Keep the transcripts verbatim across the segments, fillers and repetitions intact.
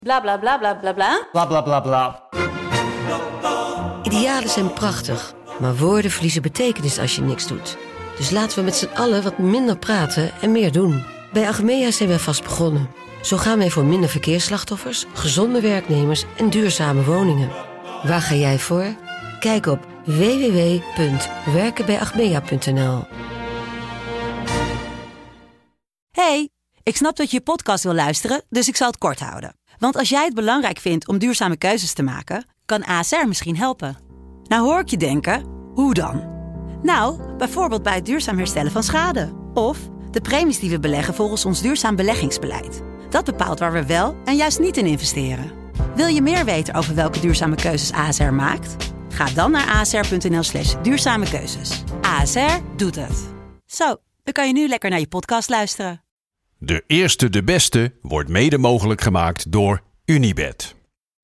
Bla bla bla bla bla bla. Bla bla bla bla. Idealen zijn prachtig, maar woorden verliezen betekenis als je niks doet. Dus laten we met z'n allen wat minder praten en meer doen. Bij Achmea zijn wij vast begonnen. Zo gaan wij voor minder verkeersslachtoffers, gezonde werknemers en duurzame woningen. Waar ga jij voor? Kijk op w w w punt werken bij achmea punt n l. Hey, ik snap dat je je podcast wil luisteren, dus ik zal het kort houden. Want als jij het belangrijk vindt om duurzame keuzes te maken, kan A S R misschien helpen. Nou hoor ik je denken, hoe dan? Nou, bijvoorbeeld bij het duurzaam herstellen van schade. Of de premies die we beleggen volgens ons duurzaam beleggingsbeleid. Dat bepaalt waar we wel en juist niet in investeren. Wil je meer weten over welke duurzame keuzes A S R maakt? Ga dan naar asr.nl slash duurzame keuzes. A S R doet het. Zo, dan kan je nu lekker naar je podcast luisteren. De eerste, de beste wordt mede mogelijk gemaakt door Unibet.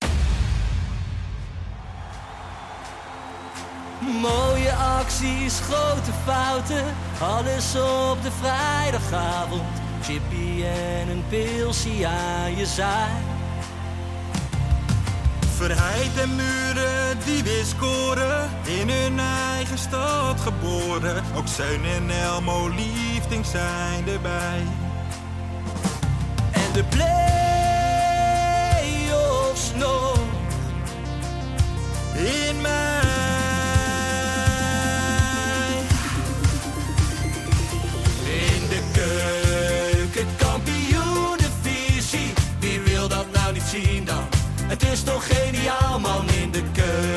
Mooie acties, grote fouten, alles op de vrijdagavond. Chippy en een pilsie aan je zaai. Verheid en Muren die weer scoren, in hun eigen stad geboren. Ook Zeun en Elmo Liefding zijn erbij. En de play-offs nog in mei. In de keukenkampioenenvisie, wie wil dat nou niet zien dan? Het is toch geniaal man, in de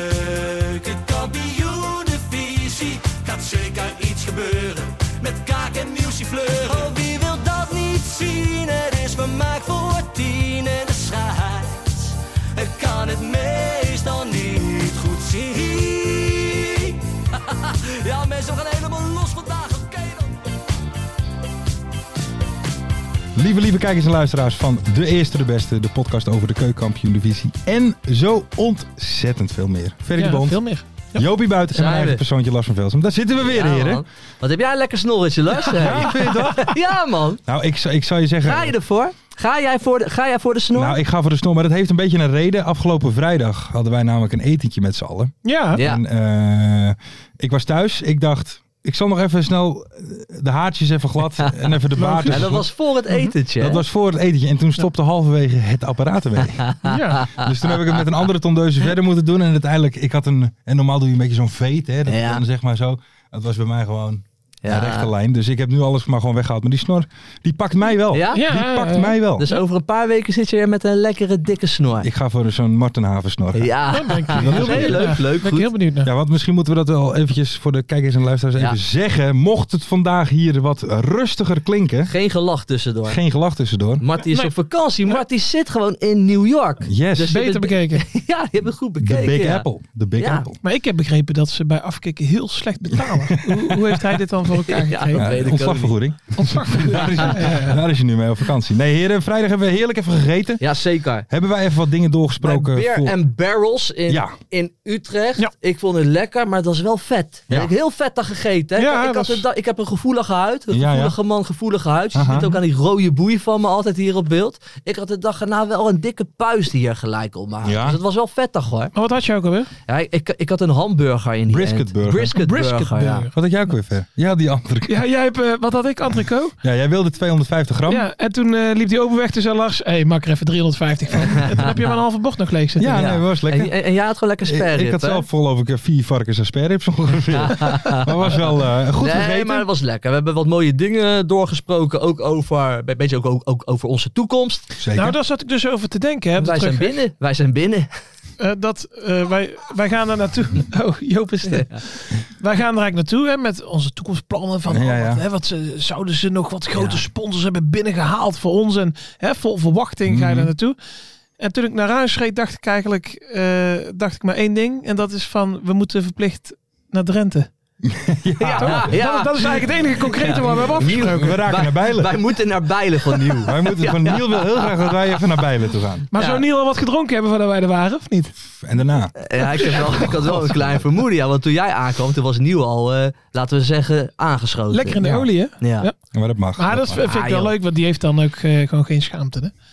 keukenkampioenenvisie gaat zeker iets gebeuren met kaak en nieuwsie fleuren. Oh, wie wil dat niet zien? Het is vermaakt voor tien en de scheids. Ik kan het meestal niet goed zien. Ja, mensen, we gaan helemaal los vandaag. Oké okay, dan. Lieve, lieve kijkers en luisteraars van De Eerste, de Beste, de podcast over de keukenkampioen-divisie en zo ontzettend veel meer. Ferry ja, de Bond, veel meer. Ja. Jopie Buiten en mijn eigen persoontje Lars van Velsum. Daar zitten we weer, Ja, heren. man. Wat heb jij een lekker snorretje, Lars? Ja, vind je dat? Ja, man. Nou, ik, ik zou je zeggen... Ga je ervoor? Ga jij voor de, ga jij voor de snor? Nou, ik ga voor de snor, maar dat heeft een beetje een reden. Afgelopen vrijdag hadden wij namelijk een etentje met z'n allen. Ja. Ja. En uh, ik was thuis. Ik dacht, ik zal nog even snel de haartjes even glad en even de baard. Ja, dat was voor het etentje. Dat was voor het etentje. En toen stopte halverwege het apparaat ermee. Ja. Dus toen heb ik het met een andere tondeuze verder moeten doen. En uiteindelijk, ik had een... En normaal doe je een beetje zo'n veet, hè. Dat Ja. dan zeg maar zo. Dat was bij mij gewoon Ja. een rechte lijn. Dus ik heb nu alles maar gewoon weggehaald. Maar die snor, die pakt mij wel. Ja? Die Ja, pakt ja, ja. mij wel. Dus over een paar weken zit je hier met een lekkere dikke snor. Ik ga voor zo'n Martenhaven snor. Ja, Dan ben ik dat heel is heel benieuwd leuk, naar. leuk, Ben ik goed. heel benieuwd naar. Ja, want misschien moeten we dat wel eventjes voor de kijkers en luisteraars Ja. even zeggen. Mocht het vandaag hier wat rustiger klinken. Geen gelach tussendoor. Geen gelach tussendoor. Marty is Nee. op vakantie. Marty zit gewoon in New York. Yes. Dus je Beter bent- bekeken. Ja, je hebt het goed De bekeken. Big ja. Apple. De Big Ja. Apple. Maar ik heb begrepen dat ze bij afkikken heel slecht betalen. hoe, hoe heeft hij dit dan voor elkaar Ja, gekregen? dat weet ik ook ontslagvergoeding. Ontslagvergoeding. Daar is, hij, daar is hij nu mee op vakantie. Nee heren, vrijdag hebben we heerlijk even gegeten. Ja, zeker. Hebben wij even wat dingen doorgesproken? Bij Beer voor... and Barrels in, Ja. in Utrecht. Ja. Ik vond het lekker, maar het was wel vet. Ja. Ik heb heel vettig gegeten. Hè? Ja, ik, ik, dat had is- een, ik heb een gevoelige huid. Een Ja, ja. gevoelige man, gevoelige huid. Je Aha. ziet ook aan die rode boei van me altijd hier op beeld. Ik had de dag erna wel een dikke puist hier gelijk op mijn huid. Ja. Dus het was wel vettig hoor. Maar wat had je ook alweer? Ja, ik, ik had een hamburger in die Brisket end. burger. Brisket burger, Brisket ja. burger. Wat had jij ook weer ver? Ja, die andere. Ja, Ja, jij hebt, eh, wat had ik? Antrico? jij wilde tweehonderdvijftig gram. Ja, en toen eh, liep die open weg. Toen zei Lars, hé, hey, maak er even driehonderdvijftig van. En toen heb je maar een halve bocht nog leeg zitten. Ja, nee, was lekker. En, en, en jij had gewoon lekker Ik, sperrip, ik had hè? zelf geloof ik vier varkens en sperrips ongeveer. Maar was wel uh, goed nee, gegeten. maar het was lekker. We hebben wat mooie dingen doorgesproken. Ook over, een beetje ook, ook, ook over onze toekomst. Zeker. Nou, daar zat ik dus over te denken. Hè, op de Wij zijn terugweg. binnen. Wij zijn binnen. Uh, dat, uh, wij, wij gaan daar naartoe. Oh, Joop is er. Wij gaan er eigenlijk naartoe hè, met onze toekomstplannen. Van, Ja, ja. oh, wat, hè, wat ze, zouden ze nog wat grote sponsors hebben binnengehaald voor ons? En hè, vol verwachting ga je daar naartoe. En toen ik naar huis reed, dacht ik eigenlijk uh, dacht ik maar één ding. En dat is van, we moeten verplicht naar Drenthe. ja, Ja, ja. Dat, dat is eigenlijk het enige concrete wat we hebben afgesproken. we raken wij, naar Bijlen. Wij moeten naar Bijlen van Nieuw. Wij moeten van Niel wil heel graag dat wij even naar Bijlen toe gaan. Maar Ja. zou Niel al wat gedronken hebben voordat wij er waren, of niet? En daarna. Ja, ik, heb wel, ik had wel een klein vermoeden. Ja, want toen jij aankwam, toen was Nieuw al, uh, laten we zeggen, aangeschoten. Lekker in de Ja. olie, hè? Ja. Ja. Maar dat mag. Maar dat mag. vind ik Ah, wel joh. leuk, want die heeft dan ook uh, gewoon geen schaamte, hè?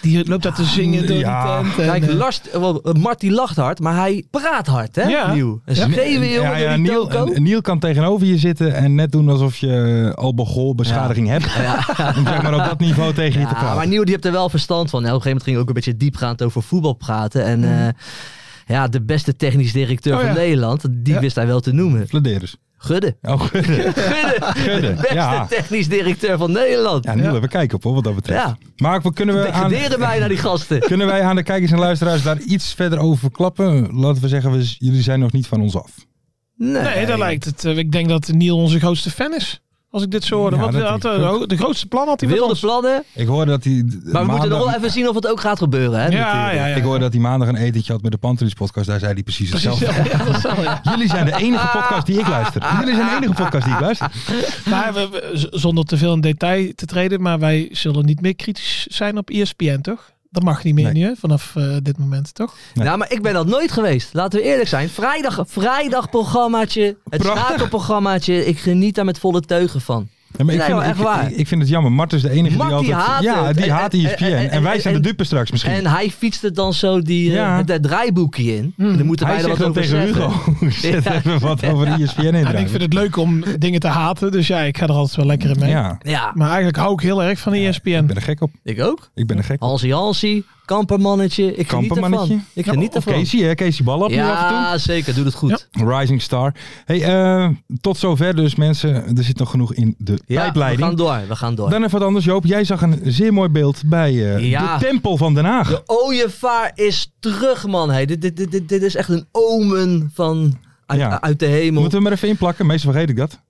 Die loopt daar te zingen door Ja. die tent. En, Kijk, eh, Lars, wel, Marty lacht hard, maar hij praat hard, hè? Ja. Nieuw. Een schreeuwen, jongen, Ja, ja, door die Niel, toko. Niel kan tegenover je zitten en net doen alsof je alcoholbeschadiging hebt. Om zeg maar op dat niveau tegen je te Ja, praten. maar Nieuw die heeft er wel verstand van. En op een gegeven moment ging hij ook een beetje diepgaand over voetbal praten. En eh, ja, de beste technisch directeur Oh, van ja. Nederland, die Ja. wist hij wel te noemen. Flederis. Gudde. Oh, Gudde. Gudde. Gudde, De beste ja. technisch directeur van Nederland. Ja, Niel, Ja. we kijken op hoor, wat dat betreft. Ja. Maar we kunnen, we aan, Degraderen bijna die gasten. kunnen wij aan de kijkers en luisteraars daar iets verder over verklappen? Laten we zeggen, we, jullie zijn nog niet van ons af. Nee. Nee, daar lijkt het. eh, Ik denk dat Niel onze grootste fan is. Als ik dit zo hoorde. Ja, Want dat hij had, denk ik eh, ook. de grootste plan had hij met Wilde ons. plannen. Ik hoorde dat hij... Maar we moeten nog wel even zien of het ook gaat gebeuren. Hè, Ja, natuurlijk. ja, ja. Ik hoorde dat hij maandag een etentje had met de Pantelis podcast. Daar zei hij precies Precies, hetzelfde. ja, dat is wel, ja. Jullie zijn de enige podcast die ik luister. Jullie zijn de enige podcast die ik luister. Maar we, we- z- zonder te veel in detail te treden. Maar wij zullen niet meer kritisch zijn op E S P N, toch? Dat mag niet meer Nee. nu, hè? Vanaf eh, dit moment, toch? Nee. Nou, maar ik ben dat nooit geweest. Laten we eerlijk zijn. Vrijdag, vrijdagprogrammaatje. Het Prachtig. schakelprogrammaatje. Ik geniet daar met volle teugen van. Ja, maar ik, Nee, vind, joh, echt ik, waar. ik, ik vind het jammer. Mart is de enige Mart, die die altijd... haat ja, het. die En- haat E S P N. en- En, en- wij zijn en- de dupe straks misschien. En hij fietste dan zo die, eh, Ja. het, het draaiboekje in. Hmm. Dan moeten Hij wij er zegt wat dan over tegen zeggen. Hugo, zet Ja. even wat over E S P N in. En ik vind het leuk om dingen te haten. Dus ja, ik ga er altijd wel lekker in mee. Ja, Ja, Maar eigenlijk hou ik heel erg van E S P N. ik ben er gek op. ik ook. Ik ben er gek op. Hansie Hansie, kampermannetje. Ik geniet Kampermannetje. ervan. Ik geniet Of ervan. Casey, hè? Casey Ballop nu af en toe. Ja, zeker. Doe het goed. Rising Star. Hey, eh, tot zover dus mensen. Er zit nog genoeg in de Ja, we pijpleiding. gaan door. We gaan door. Dan even wat anders, Joop. Jij zag een zeer mooi beeld bij eh, Ja. de Tempel van Den Haag. De ooievaar is terug, man. Hey, dit, dit, dit, dit, dit is echt een omen van uit, Ja. uit de hemel. Moeten we maar even inplakken. Meestal vergeet ik dat.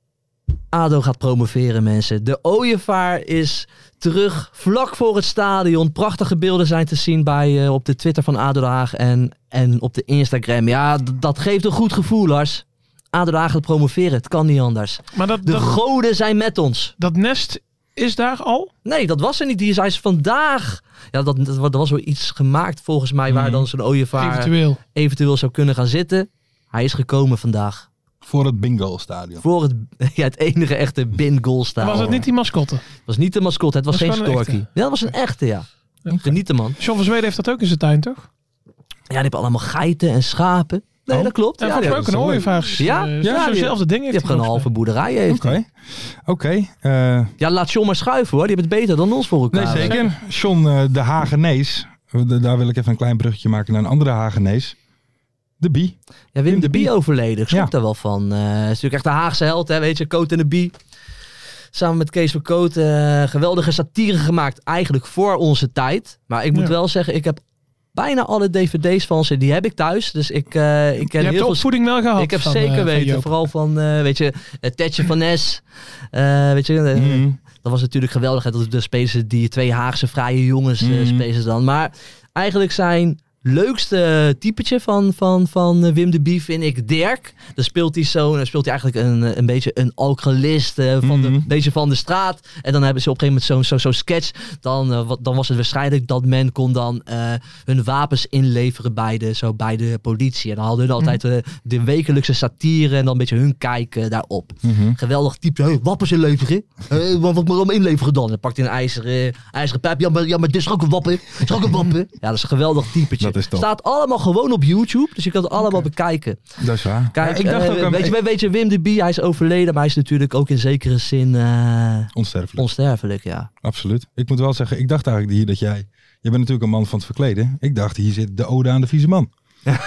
ADO gaat promoveren, mensen. De ooievaar is terug vlak voor het stadion. Prachtige beelden zijn te zien bij, uh, op de Twitter van ADO Den Haag en, en op de Instagram. Ja, d- dat geeft een goed gevoel, Lars. ADO Den Haag gaat promoveren. Het kan niet anders. Maar dat, De dat, goden zijn met ons. dat nest is daar al. Nee, dat was er niet. Die is, hij is vandaag... Ja, dat, dat, er was wel iets gemaakt volgens mij waar Mhm. dan zo'n ooievaar eventueel. Eventueel. zou kunnen gaan zitten. Hij is gekomen vandaag. Voor het bingo-stadion. Voor het, ja, het enige echte bin-goal staan. Was het niet die mascotte? Het was niet de mascotte, het was Dat is geen gewoon een Storky. Ja, dat was een echte, ja. Geniet er, man. John van Zweden heeft dat ook in zijn tuin, toch? Ja, die hebben allemaal geiten en schapen. Nee, Oh. dat klopt. En Ja, volgens die mij ook een hebben- ooievaars. Ja? eh, Ja, die- zo'nzelfde ding Die heeft heeft gewoon een halve boerderij. Heeft Oké. hij. Oké. eh, Ja, laat John maar schuiven, hoor. Die hebben het beter dan ons voor elkaar. nee, zeker. John eh, de Hagenees. De- Daar wil ik even een klein bruggetje maken naar een andere Hagenees. De Bie. Ja, Wim de Bie overleden. Ik schrok Ja. daar wel van. Eh is natuurlijk echt de Haagse held, hè, weet je. Coat en de Bie. Samen met Kees van Coot. eh, geweldige satire gemaakt. Eigenlijk voor onze tijd. Maar ik moet Ja. wel zeggen, ik heb bijna alle D V D's van ze. Die heb ik thuis. Dus ik, eh, ik Je ken hebt heel de veel... opvoeding wel gehad. Ik heb van, eh, zeker van weten. Joop. Vooral van, eh, weet je, uh, Tetje van Nes. Eh, weet je, eh, Mhm. dat was natuurlijk geweldig. hè. Dat de spelen ze die twee Haagse vrije jongens eh, Mhm. spelen ze dan. Maar eigenlijk zijn leukste typetje van, van, van eh, Wim de Bie vind ik Dirk. Dan speelt hij zo, dan speelt hij eigenlijk een, een beetje een alcoholist, eh, van de, Mhm. beetje van de straat. En dan hebben ze op een gegeven moment zo'n zo, zo sketch. Dan, eh, wat- dan was het waarschijnlijk dat men kon dan eh, hun wapens inleveren bij de, zo bij de politie. En dan hadden hun altijd eh, de wekelijkse satire en dan een beetje hun kijken daarop. Mhm. Geweldig type. Hey, wapens inleveren? Hey, wat wat moet ik allemaal inleveren dan? Dan pakt hij een ijzeren, ijzeren pijp. Ja maar, ja, maar dit is ook een wapen. Dit is ook een wapen. Ja, dat is een geweldig typetje. Dat is top. Staat allemaal gewoon op YouTube. Dus je kan het allemaal bekijken. Dat is waar. Kijk, Ja, ik dacht eh, ook aan- weet, je, weet je, Wim de Bie, hij is overleden. Maar hij is natuurlijk ook in zekere zin eh, Onsterfelijk. onsterfelijk, ja. Absoluut. Ik moet wel zeggen, ik dacht eigenlijk hier dat jij... Je bent natuurlijk een man van het verkleden. Ik dacht, hier zit de ode aan de vieze man.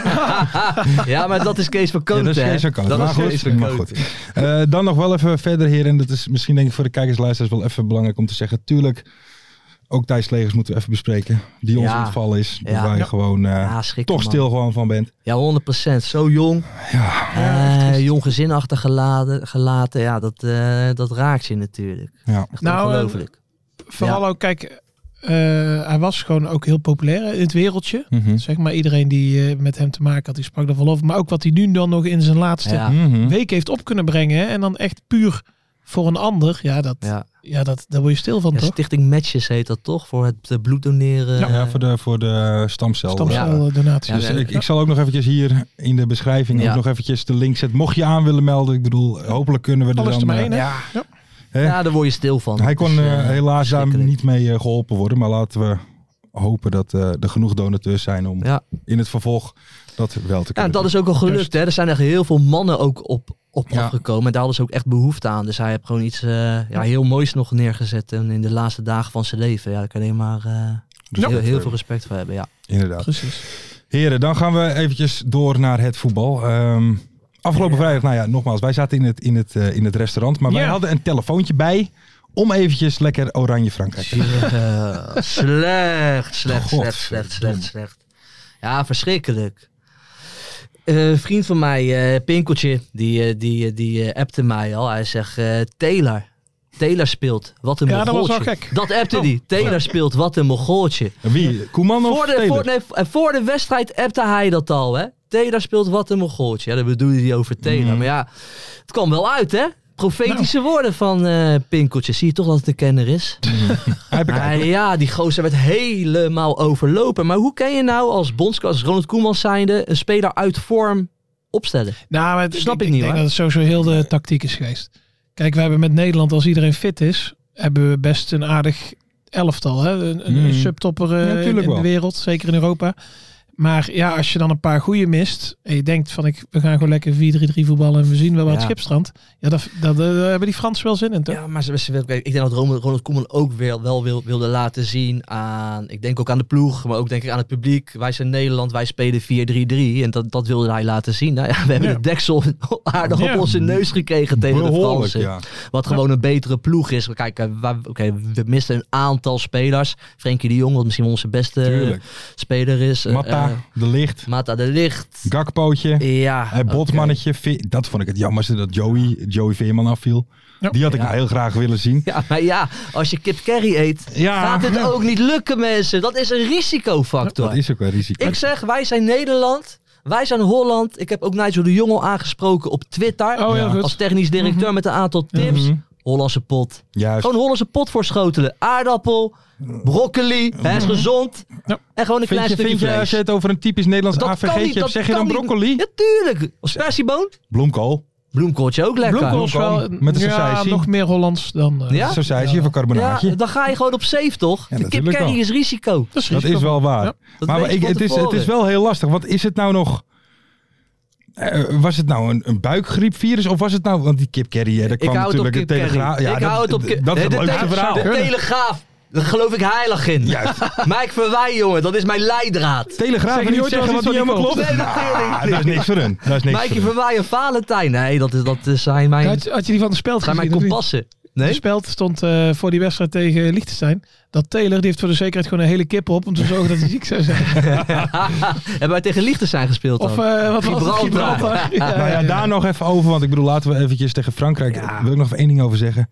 Ja, maar dat is Kees van Koot, Ja, dat is hè? Kees van Koot. Dat Maar is goed, Kees van maar Koot. goed. Eh, dan nog wel even verder, heren. En dat is misschien denk ik voor de kijkers en luisteraars wel even belangrijk om te zeggen. Tuurlijk, ook Thijs Legers moeten we even bespreken. Die ons Ja. ontvallen is. Ja. Waar je Ja. gewoon eh, Ja, schrikken, toch man. stil gewoon van bent. Ja, honderd procent. Zo jong. Ja. Eh, jong gezin achtergelaten. Gelaten. Ja, dat, eh, dat raakt je natuurlijk. Ja. Echt Nou, ongelooflijk. Vooral Ja. ook, kijk, eh, hij was gewoon ook heel populair in het wereldje. Mhm. Zeg maar, iedereen die eh, met hem te maken had, die sprak er wel over. Maar ook wat hij nu dan nog in zijn laatste Ja. Mhm. week heeft op kunnen brengen. Hè? En dan echt puur voor een ander. Ja, dat, ja. Ja. dat, daar word je stil van, Ja, toch? Stichting Matches heet dat toch? Voor het eh, bloed doneren. Ja, ja, voor de, voor de stamcel. Stamceldonatie. Ja, Dus ja. ik, ik zal ook nog eventjes hier in de beschrijving Ja. ook nog eventjes de link zetten. Mocht je aan willen melden, ik bedoel, hopelijk kunnen we er Alles dan... er maar eh, één, hè? Ja. hè? Ja, daar word je stil van. Hij Dat kon is, eh, eh, helaas daar verschrikkelijk. niet mee eh, geholpen worden, maar laten we hopen dat uh, er genoeg donateurs zijn om Ja. in het vervolg dat wel te Ja, kunnen en dat doen. is ook al gelukt. Hè? Er zijn echt heel veel mannen ook op, op Ja. afgekomen. En daar hadden ze ook echt behoefte aan. Dus hij heeft gewoon iets uh, ja, heel moois nog neergezet. En in de laatste dagen van zijn leven. Ja, daar kan je maar uh, Ja. heel, heel veel respect voor hebben. Ja. Inderdaad. Precies. Heren, dan gaan we eventjes door naar het voetbal. Um, afgelopen ja. vrijdag, nou ja, nogmaals, wij zaten in het, in het, uh, in het restaurant. Maar ja. wij hadden een telefoontje bij om eventjes lekker Oranje Frankrijk te maken. Ja, slecht, slecht, slecht, slecht, slecht, slecht. Ja, verschrikkelijk. Een uh, vriend van mij, uh, Pinkeltje, die, uh, die, die uh, appte mij al. Hij zegt, uh, Taylor. Taylor speelt, wat een ja, mogoltje. Dat was wel gek. Dat appte oh. die. Taylor speelt, wat een mogoltje. Wie? Koeman of voor de, Taylor? voor, nee, voor de wedstrijd appte hij dat al, hè. Taylor speelt, wat een mogoltje. Ja, dat bedoelde hij over Taylor. Mm. Maar ja, het kwam wel uit, hè. Profetische nou. woorden van uh, Pinkeltje. Zie je toch dat het een kenner is? Mm. uh, ja, die gozer werd helemaal overlopen. Maar hoe kan je nou als bondscoach, als Ronald Koeman zijnde, een speler uit vorm opstellen? Nou, maar het, snap ik, ik niet, denk hoor. dat het sowieso heel de tactiek is geweest. Kijk, we hebben met Nederland, als iedereen fit is, hebben we best een aardig elftal. Hè? Een, een mm. subtopper uh, ja, in, in wel. de wereld, zeker in Europa. Maar ja, als je dan een paar goeie mist en je denkt van ik, we gaan gewoon lekker vier drie drie voetballen en we zien wel wat Ja. het Schipstrand. Ja, dat, dat, dat, daar hebben die Fransen wel zin in, toch? Ja, maar ze, ze, ik denk dat Ronald, Ronald Koeman ook weer, wel wil, wilde laten zien aan, ik denk ook aan de ploeg, maar ook denk ik aan het publiek. Wij zijn Nederland, wij spelen vier drie drie en dat, dat wilde hij laten zien. Nou ja, we hebben Ja. de deksel aardig Ja. op onze neus gekregen tegen de Behoorlijk, Fransen. ja. Wat gewoon een betere ploeg is. Kijk, uh, waar- okay, we misten een aantal spelers. Frenkie de Jong, wat misschien onze beste Tuurlijk. speler is. Uh, Matta, uh, De Licht, Mata de Licht. Gakpootje, Ja, het botmannetje. Ve- Dat vond ik het jammerste dat Joey, Joey Veerman afviel. Ja. Die had ik Ja. nou heel graag willen zien. Ja, maar ja, als je kip curry eet, Ja, gaat het ja. ook niet lukken, mensen. Dat is een risicofactor. Dat is ook wel risico. Ik zeg, wij zijn Nederland, wij zijn Holland. Ik heb ook Nigel de Jong al aangesproken op Twitter. Oh, heel Ja. goed. Als technisch directeur Mm-hmm. met een aantal tips. Mhm. Hollandse pot. Juist. Gewoon Hollandse pot voorschotelen. Aardappel, broccoli, hij is gezond. Ja. En gewoon een Vind klein je, stukje vind je vlees. als je het over een typisch Nederlands Dat A V kan niet, G'tje hebt, dat zeg je kan dan niet. broccoli? Ja, tuurlijk. Aspergeboon? Bloemkool. Bloemkooltje ook lekker. Bloemkool is wel Met een ja, sausijsie. nog meer Hollands dan... Uh, Ja? Sausijsje Ja. of een carbonaatje. Ja, dan ga je gewoon op safe, toch? Ja, de kip natuurlijk curry wel. is risico. Dat is, Dat is wel waar. Ja. Dat maar weet je ik, van het, is, het tevoren. is wel heel lastig. Want is het nou nog... Uh, was het nou een, een buikgriepvirus of was het nou... Want die kip curry, hè, daar Ik kwam hou het op natuurlijk kip de curry. Telegraaf. Ja, ik dat, hou het op kip. dat is het de, leukste de, verhaal. De Telegraaf. Daar geloof ik heilig in. Juist. Mike Verwij, jongen. Dat is mijn leidraad. Telegraaf Zeg en je niet ooit zeggen wel wat eens niet iets helemaal wat klopt. niet klopt? Nee, natuurlijk Ah, niet. dat is niks voor hun. Dat is niks Mikey voor hun. Verwij en Valentijn. Nee, dat, is, dat is, zijn mijn, Had, had je die van de speld zijn mijn gezien? of niet? kompassen. De Nee? speld stond uh, voor die wedstrijd tegen Liechtenstein. Dat Taylor, die heeft voor de zekerheid gewoon een hele kip op om te zorgen dat hij ziek zou zijn. Hebben wij tegen Liechtenstein gespeeld dan? Of uh, wat was het? Gibraltar. Gibraltar. Ja, Nou ja, ja. daar nog even over. Want ik bedoel, laten we eventjes tegen Frankrijk... Ja. Wil ik nog even één ding over zeggen.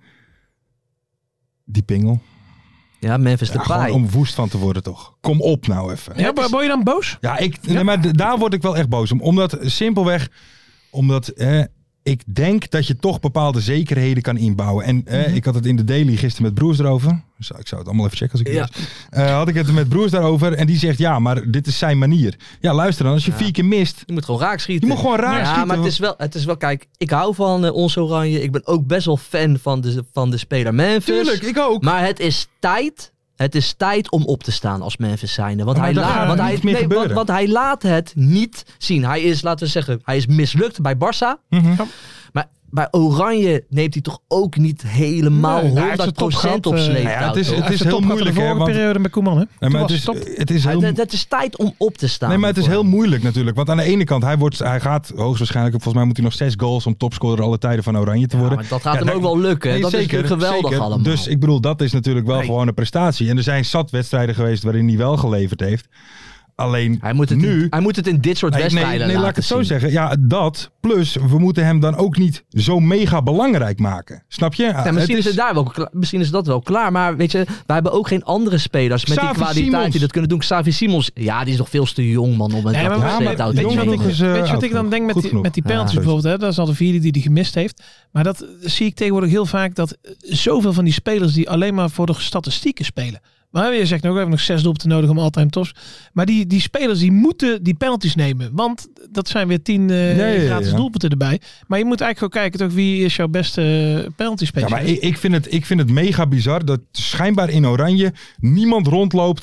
Die pingel. Ja, Memphis Ja, gewoon Depay. om woest van te worden toch. Kom op nou even. Ja, maar word je dan boos? Ja, ik, nee, maar d- daar word ik wel echt boos om. Omdat, simpelweg, omdat eh, ik denk dat je toch bepaalde zekerheden kan inbouwen. En eh, Mhm. ik had het in de daily gisteren met Broers erover. Dus ik zou het allemaal even checken als ik Ja. het ja. uh, had ik het met Broers daarover. En die zegt, ja, maar dit is zijn manier. Ja, luister dan, als je Ja. vier keer mist. Je moet gewoon raak schieten. Je moet gewoon raak ja, schieten. maar het is, wel, het is wel, kijk, ik hou van uh, ons Oranje. Ik ben ook best wel fan van de, van de speler Memphis. Tuurlijk, ik ook. Maar het is tijd. Het is tijd om op te staan als Memphis zijnde. Want, Maar hij, dat laat, gaat want, niet hij, meer nee, want, gebeuren. want hij laat het niet zien. Hij is, laten we zeggen, hij is mislukt bij Barça. Mhm. Maar bij Oranje neemt hij toch ook niet helemaal Nee, hij heeft zijn honderd procent top op gehad, eh, sleeptouw. ja, het is- toch? het is heel moeilijk, de hè, vorige want- periode met Koeman, hè? Nee, Toen maar was het is, het top. het is Maar heel het, het is tijd om op te staan. Nee, maar het is voor heel hem. moeilijk natuurlijk. Want aan de ene kant, hij, wordt, hij gaat hoogstwaarschijnlijk, volgens mij moet hij nog zes goals om topscorer alle tijden van Oranje te Ja, worden. maar dat gaat Ja, hem daar- ook wel lukken. Nee, dat is zeker, natuurlijk geweldig zeker. allemaal. Dus ik bedoel, dat is natuurlijk wel Nee. gewoon een prestatie. En er zijn zat wedstrijden geweest waarin hij wel geleverd heeft. Alleen hij, moet het nu... in, hij moet het in dit soort Nee, wedstrijden nee, nee, laat ik laten het zo zien. zeggen. Ja, dat. Plus, we moeten hem dan ook niet zo mega belangrijk maken. Snap je? Ja, misschien, is het daar wel, kla- misschien is dat wel klaar. Maar weet je, wij hebben ook geen andere spelers met Xavi die kwaliteit Simons. die dat kunnen doen. Xavi Simons, ja, die is nog veel te jong, man. Om met Nee, dat maar op weet- sleeptouw te weet, je wat nemen. ik, is, eh, weet je wat oud ik dan genoeg. denk met Goed die, genoeg. met die Ja, penalties sowieso. bijvoorbeeld? Hè? Dat is al de vierde die hij gemist heeft. Maar dat zie ik tegenwoordig heel vaak. Dat zoveel van die spelers die alleen maar voor de statistieken spelen. Maar je zegt nog, we hebben nog zes doelpunten nodig om all-time tops. Maar die, die spelers die moeten die penalties nemen. Want dat zijn weer tien uh, Ja, ja, ja, gratis ja. doelpunten erbij. Maar je moet eigenlijk gewoon kijken toch, wie is jouw beste uh, penalty Ja, specialist. maar ik, ik, vind het, ik vind het mega bizar dat schijnbaar in Oranje niemand rondloopt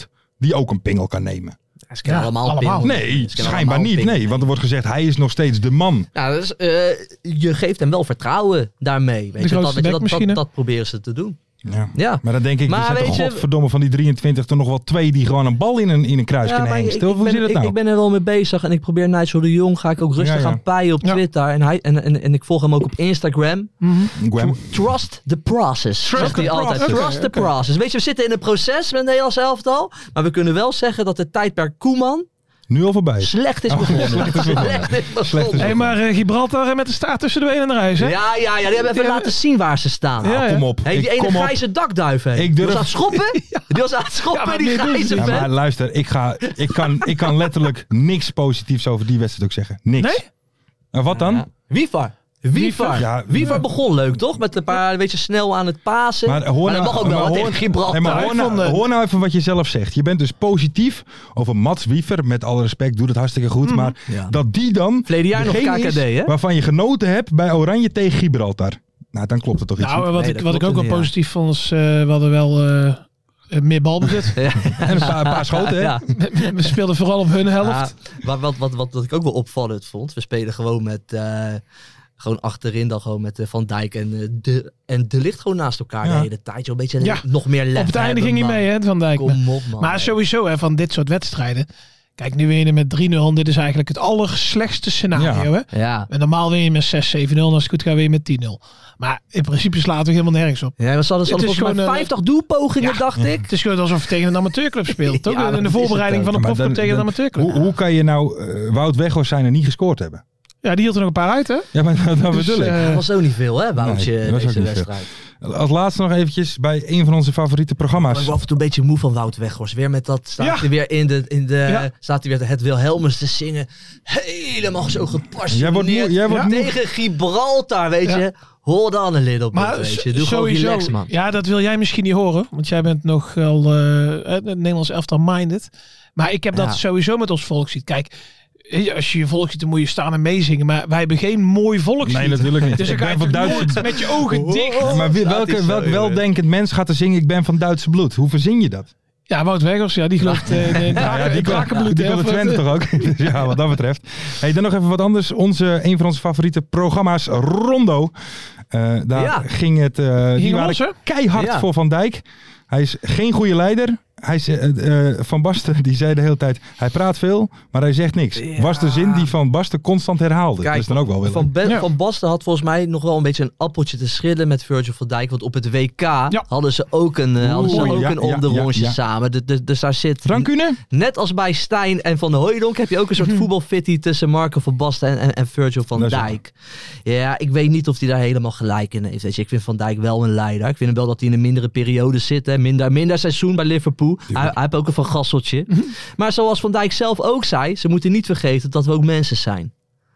die ook een pingel kan nemen. Ja, ze kennen Ja, allemaal, allemaal. pingel. Nee, Ze kennen schijnbaar allemaal niet. pingel. Nee, want er wordt gezegd, hij is nog steeds de man. Nou, dus, uh, je geeft hem wel vertrouwen daarmee. Weet De je, dat, grootste weet je, dat, bekmachine. dat, dat proberen ze te doen. Ja. Ja. Maar dan denk ik, Maar er zijn weet toch je- godverdomme van die drieëntwintig er nog wel twee die gewoon een bal in een, in een kruis Ja, kunnen maar hengsten. ik, Hoe ik, ben, zit het ik, nou? ik ben er wel mee bezig en ik probeer Nigel de Jong, ga ik ook rustig Ja, ja. gaan paaien op Ja. Twitter. En, hij, en, en, en ik volg hem ook op Instagram. Gwem. Trust the process. Trust zegt hij the altijd. process. Trust the Oké, oké. process. Weet je, we zitten in een proces met een Nederlands elftal. Maar we kunnen wel zeggen dat het tijdperk Koeman Nu al voorbij. slecht is Oh, begonnen. slecht is begonnen. Slecht is Slecht is begonnen. Hey, maar uh, Gibraltar uh, met de staart tussen de benen en de reis, hè? Ja, ja, ja. Die hebben even Ja. laten zien waar ze staan. Ja, ja. Kom op. Hey, die Ik- ene kom op. grijze dakduif. Hey. Ik Die durf- was aan het schoppen. Die was aan het schoppen, Ja, maar die meer doen ze grijze niet. Ja, vent. maar luister, ik, ga, ik, kan, ik kan letterlijk niks positiefs over die wedstrijd ook zeggen. Niks. Nee? En wat dan? Ja. Wievar. Wievar. Ja, Wievar ja. begon leuk, toch? Met een paar, weet je, snel aan het pasen. Maar hoor dat nou- mag ook wel maar hè, hoor- tegen Gibraltar. Nee, maar hoor, ik nou, vond, eh, hoor nou even wat je zelf zegt. Je bent dus positief over Mats Wiever. Met alle respect, doet het hartstikke goed. Maar Ja. dat die dan Verleden jaar nog degene K K D, is hè? waarvan je genoten hebt bij Oranje tegen Gibraltar. Nou, dan klopt het toch iets Nou, niet. wat, Nee, ik, dat wat ik klopt ook wel niet, ja. positief vond, is uh, we hadden wel uh, meer balbezit. Ja. En een paar, een paar schoten, hè? Ja. We speelden vooral op hun helft. Ja, wat, wat, wat, wat, wat ik ook wel opvallend vond. We spelen gewoon met... eh, gewoon achterin dan gewoon met uh, Van Dijk en, uh, de, en De Ligt gewoon naast elkaar Ja. de hele tijd. Een beetje Ja. nog meer lef Op het einde hebben, ging hij man. mee, hè, Van Dijk. Kom op, man. Maar sowieso, hè, van dit soort wedstrijden. Kijk, nu win je met drie nul. En dit is eigenlijk het allerslechtste scenario. Ja. Hè? Ja. En normaal win je met zes zeven nul. En als het goed gaat, win je met tien nul. Maar in principe slaat er helemaal nergens op. Ja, we hadden Het is volgens mij gewoon, uh, vijftig doelpogingen, ja. dacht ik. Het is gewoon alsof je tegen een amateurclub speelt. Toch? Ja, dat in de is het voorbereiding ook. van een Maar profclub dan- tegen een dan- amateurclub. Hoe, hoe kan je nou uh, Wout Weghorst zijn en niet gescoord hebben? Ja, die hield er nog een paar uit, hè? Ja, maar dat Dus, bedoel ik. eh, Dat was ook niet veel, hè, Woutje, Nee, dat was ook deze niet veel. wedstrijd. Als laatste nog eventjes bij een van onze favoriete Ik programma's. ben af en toe een beetje moe van Wout Weghorst. Weer met dat, staat Ja. hij weer in de, in de Ja. staat hij weer het Wilhelmus te zingen. Helemaal zo gepassioneerd. Jij wordt moe- jij wordt Ja. moe- Tegen Gibraltar, weet Ja. je. Hold on a little bit, Maar weet s- je. Doe gewoon sowieso, relax, man. ja, dat wil jij misschien niet horen. Want jij bent nog wel uh, het Nederlands elftal minded. Maar ik heb dat Ja. sowieso met ons volkslied. Kijk, als je je volkslied, dan moet je staan en meezingen. Maar wij hebben geen mooi volkslied. Nee, natuurlijk niet. Dus Ik dan ga ben je van toch Duitse... nooit met je ogen dicht. Ja, maar wie- Staat welke, hij zo, welk joh. weldenkend mens gaat er zingen ik ben van Duitse bloed? Hoe verzin je dat? Ja, Wout Weghorst, ja, die gelooft uh, in Ja, draken, ja, die drakenbloed. die hè, wil of het wat? Twente toch ook? Dus ja, wat dat betreft. Hey, dan nog even wat anders. Onze, een van onze favoriete programma's, Rondo. Uh, daar Ja. ging het... Uh, die Ging waren los, hè? keihard Ja. voor Van Dijk. Hij is geen goede leider. Hij is, uh, uh, Van Basten die zei de hele tijd, hij praat veel, maar hij zegt niks. Ja. Was de zin die Van Basten constant herhaalde. Kijk, dat is dan ook wel weer Van, Ben, Ja. van Basten had volgens mij nog wel een beetje een appeltje te schillen met Virgil van Dijk. Want op het W K hadden ze ook een, uh, hadden ze Oeh, ook ja, een ja, onderrondje ja, ja. samen. Dus, dus, dus daar zit, Rancune? net als bij Stijn en Van Hooijdonk, heb je ook een soort voetbalfitty tussen Marco van Basten en, en, en Virgil van Dat is Dijk. Ja, ik weet niet of hij daar helemaal gelijk in heeft. Weet je. Ik vind Van Dijk wel een leider. Ik vind hem wel dat hij in een mindere periode zit. Hè. Minder, minder seizoen bij Liverpool. Hij, hij heeft ook een Van Gasseltje. Maar zoals Van Dijk zelf ook zei, ze moeten niet vergeten dat we ook mensen zijn.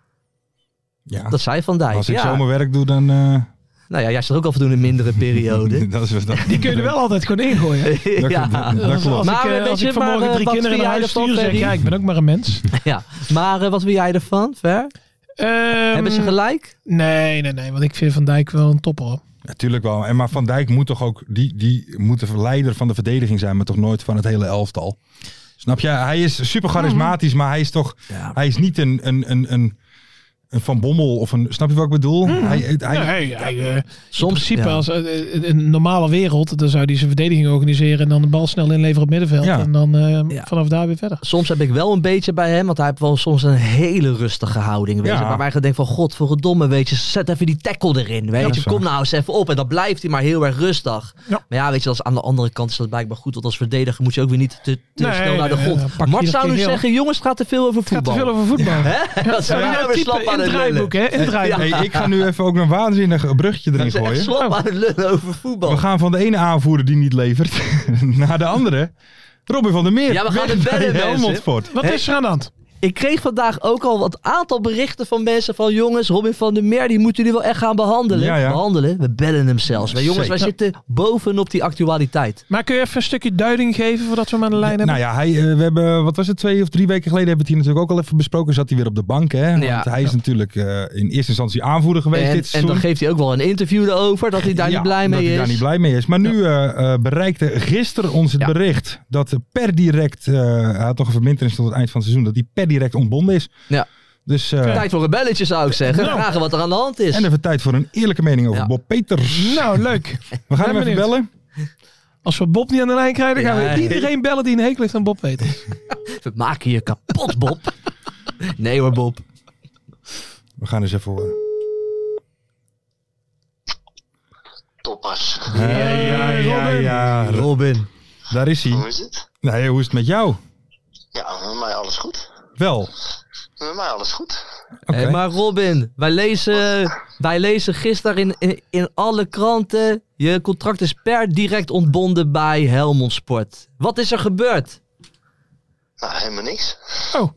Ja. Dat zei Van Dijk. Als ik ja. zomerwerk doe, dan... Uh, Nou ja, jij zit ook af en toe in een mindere periode. dat is dat. Die kun je er wel altijd gewoon ingooien. Dat- ja. dat- dat Als, klopt. als Maar, ik, uh, weet als je, ik vanmorgen maar, uh, drie wat kinderen vind naar jij huis ervan, stuur, zeg ik, Ferry? ja, ik ben ook maar een mens. ja. Maar uh, wat wil jij ervan, Ver? Ehm, Hebben ze gelijk? Nee, nee, nee. Want ik vind Van Dijk wel een topper, hoor. Natuurlijk wel. En maar Van Dijk moet toch ook, die, die moet de leider van de verdediging zijn, maar toch nooit van het hele elftal. Snap je? Hij is super charismatisch, maar hij is toch, Ja. hij is niet een, een, een, een, een Van Bommel of een, snap je wat ik bedoel? Hij, hij, Nee, hij, uh, Soms, in principe, ja. als uh, in een normale wereld, dan zou hij zijn verdediging organiseren en dan de bal snel inleveren op het middenveld. Ja. En dan uh, Ja. vanaf daar weer verder. Soms heb ik wel een beetje bij hem, want hij heeft wel soms een hele rustige houding. Weet Ja. je, waar wij gaan denken van, godverdomme, weet je, zet even die tackle erin. Weet Ja, je, zo. kom nou eens even op. En dan blijft hij maar heel erg rustig. Ja. Maar ja, weet je, dat is aan de andere kant is dat blijkbaar goed. Want als verdediger moet je ook weer niet te, te Nee, snel naar de nee, grond. dan pak je Mart iedere zou keer nu heel. zeggen, jongens, het gaat te veel over Het gaat te voetbal. veel over voetbal. Hè? Dat zou Ja, jij ja, weer type slap in aan het het draaiboek, lullen. hè? In het draaiboek. hey, ik ga nu even ook een waanzinnig bruggetje erin Dat is echt gooien. slap aan het lullen over voetbal. We gaan van de ene aanvoerder die niet levert naar de andere. Robin van der Meer. Ja, we gaan Weg het bij bedden, mensen. Helmond Sport. Wat Hey. is er aan de hand? Ik kreeg vandaag ook al wat aantal berichten van mensen van jongens, Robin van der Meer, die moeten jullie wel echt gaan behandelen. Ja, ja. Behandelen? We bellen hem zelfs. Maar jongens, wij Zeker. zitten bovenop die actualiteit. Maar kun je even een stukje duiding geven voordat we hem aan de lijn hebben? Nou ja, hij, uh, we hebben, wat was het, twee of drie weken geleden hebben we het hier natuurlijk ook al even besproken. Zat hij weer op de bank, hè? Want Ja. hij is natuurlijk uh, in eerste instantie aanvoerder geweest En, dit en seizoen. dan geeft hij ook wel een interview erover dat hij daar Ja, niet blij dat mee hij is. daar niet blij mee is. Maar nu uh, uh, bereikte gisteren ons het Ja. bericht dat per direct, uh, hij had nog een verbintenis tot het eind van het seizoen, dat hij per direct ontbonden is. Ja. Dus, uh, Tijd voor een belletje zou ik zeggen. Nou. Vragen wat er aan de hand is. en even tijd voor een eerlijke mening over Ja. Bob Peters. Nou, leuk. We gaan ben hem even benieuwd. bellen. Als we Bob niet aan de lijn krijgen, dan gaan Ja. we iedereen bellen die een hekel heeft aan Bob Peters. We maken je kapot, Bob. Nee hoor, Bob. We gaan eens even horen. Toppers. Ja, ja, ja, ja. Robin. Daar is hij. Hoe is het? Nee, hoe is het met jou? Ja, met mij alles goed. Wel. Met mij alles goed. Oké. Hey, maar Robin, wij lezen, wij lezen gisteren in, in, in alle kranten, je contract is per direct ontbonden bij Helmond Sport. Wat is er gebeurd? Nou, helemaal niks. Oh,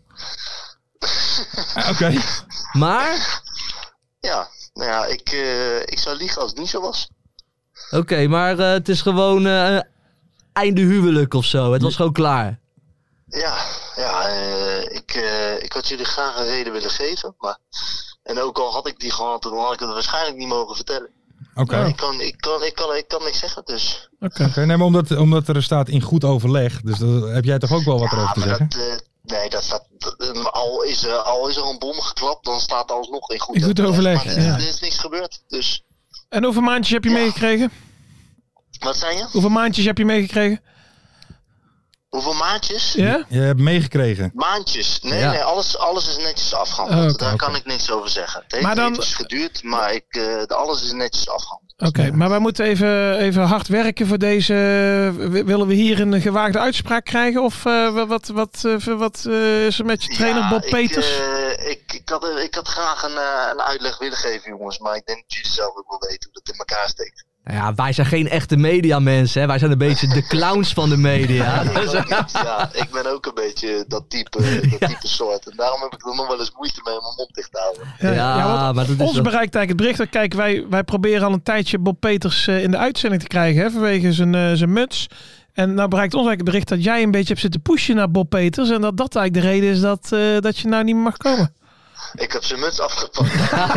Oké. Maar, Ja, nou ja, ik, eh, ik zou liegen als het niet zo was. oké, maar eh, het is gewoon eh, einde huwelijk of zo. Het was gewoon klaar. Ja, ja eh, ik, eh, ik had jullie graag een reden willen geven. Maar, en ook al had ik die gehad, dan had ik het waarschijnlijk niet mogen vertellen. Oké. Maar ik kan, ik, kan, ik, kan, ik kan niks zeggen, dus... oké. Oké, nee, maar omdat, omdat er staat in goed overleg. Dus daar heb jij toch ook wel wat erover te maar zeggen? dat, eh, nee, dat staat... dat, eh, al, is, er- al is er een bom geklapt, dan staat alles nog in goed, In goed overleg, Maar er, ja. er is niks gebeurd, dus... En hoeveel maandjes heb je Ja. meegekregen? Wat zei je? Hoeveel maandjes heb je meegekregen? Hoeveel maandjes? Ja? Je hebt meegekregen. Maandjes. Nee, Ja. nee, alles, alles is netjes afgehandeld. Oh, oké, Daar oké. kan ik niks over zeggen. Het heeft Maar dan- eventjes geduurd, maar ik, eh, de- alles is netjes afgehandeld. Oké, maar wij moeten even, even hard werken voor deze... w- Willen we hier een gewaagde uitspraak krijgen? Of eh, wat, wat, wat, eh, wat eh, is er met je trainer Ja, Bob ik, Peters? eh, ik, ik, had, ik had graag een, eh, een uitleg willen geven, jongens. Maar ik denk dat jullie zelf ook wel weten hoe dat in elkaar steekt. Nou ja, wij zijn geen echte mediamensen, hè. Wij zijn een beetje de clowns van de media. Ik, Dus, ook niet. Ja, ik ben ook een beetje dat type, dat type soort. En daarom heb ik er nog wel eens moeite mee om mijn mond dicht te houden. ja, ja, want maar dat is Ons wel- bereikt eigenlijk het bericht. dat, Kijk, wij, wij proberen al een tijdje Bob Peters eh, in de uitzending te krijgen. Hè, vanwege zijn, eh, zijn muts. En nou bereikt ons eigenlijk het bericht dat jij een beetje hebt zitten pushen naar Bob Peters. En dat dat eigenlijk de reden is dat, eh, dat je nou niet meer mag komen. Ik heb zijn muts afgepakt.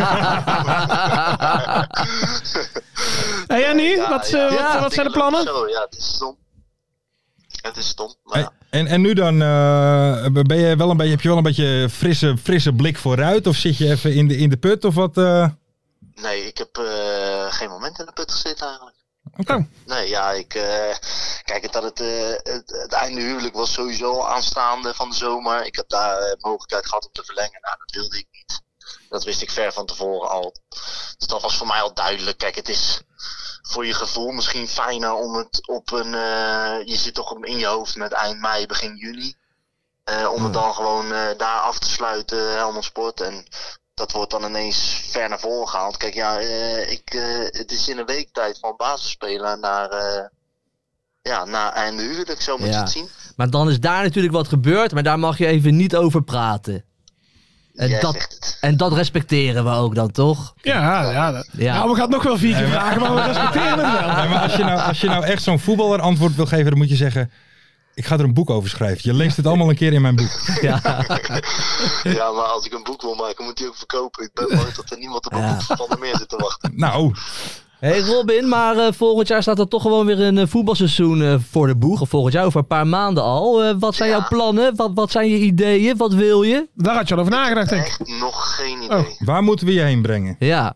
Hey, en nu? Ja, wat, ja, eh, ja, wat, wat zijn de plannen? Zo, ja, het is stom. Het is stom, maar ja. En, en nu dan, uh, ben je wel een beetje, heb je wel een beetje frisse, frisse blik vooruit? Of zit je even in de, in de put? Of wat? Uh... Nee, ik heb uh, geen moment in de put gezeten eigenlijk. Oké. Okay. Nee, ja, ik... Uh, kijk, dat het, uh, het, het einde huwelijk was sowieso aanstaande van de zomer. Ik heb daar uh, mogelijkheid gehad om te verlengen. Nou, dat wilde ik niet. Dat wist ik ver van tevoren al. Dus dat was voor mij al duidelijk. Kijk, het is voor je gevoel misschien fijner om het op een... Uh, je zit toch in je hoofd met eind mei, begin juni. Uh, om het dan gewoon uh, daar af te sluiten, Helmond Sport. En dat wordt dan ineens ver naar voren gehaald. Kijk, ja, uh, ik, uh, het is in een week tijd van basisspeler naar... Uh, ja, naar einde huwelijk, zo moet ja. je het zien. Maar dan is daar natuurlijk wat gebeurd, maar daar mag je even niet over praten. En Jij dat, zegt het. en dat respecteren we ook dan, toch? Ja, ja. Dat, Ja. Nou, we gaan het nog wel vier keer vragen, maar we respecteren het wel. Nee, maar als je, nou, als je nou echt zo'n voetballer antwoord wil geven, dan moet je zeggen... Ik ga er een boek over schrijven. Je leest het allemaal een keer in mijn boek. Ja, Ja, maar als ik een boek wil maken, moet die ook verkopen. Ik ben bang dat er niemand op een Ja. boek van de meer zit te wachten. Nou, hey Robin, maar uh, volgend jaar staat er toch gewoon weer een uh, voetbalseizoen uh, voor de boeg. Of volgend jaar over een paar maanden al. Uh, wat zijn Ja. jouw plannen? Wat, wat zijn je ideeën? Wat wil je? Daar had je al over nagedacht, denk ik. Echt nog geen idee. waar moeten we je heen brengen? Ja.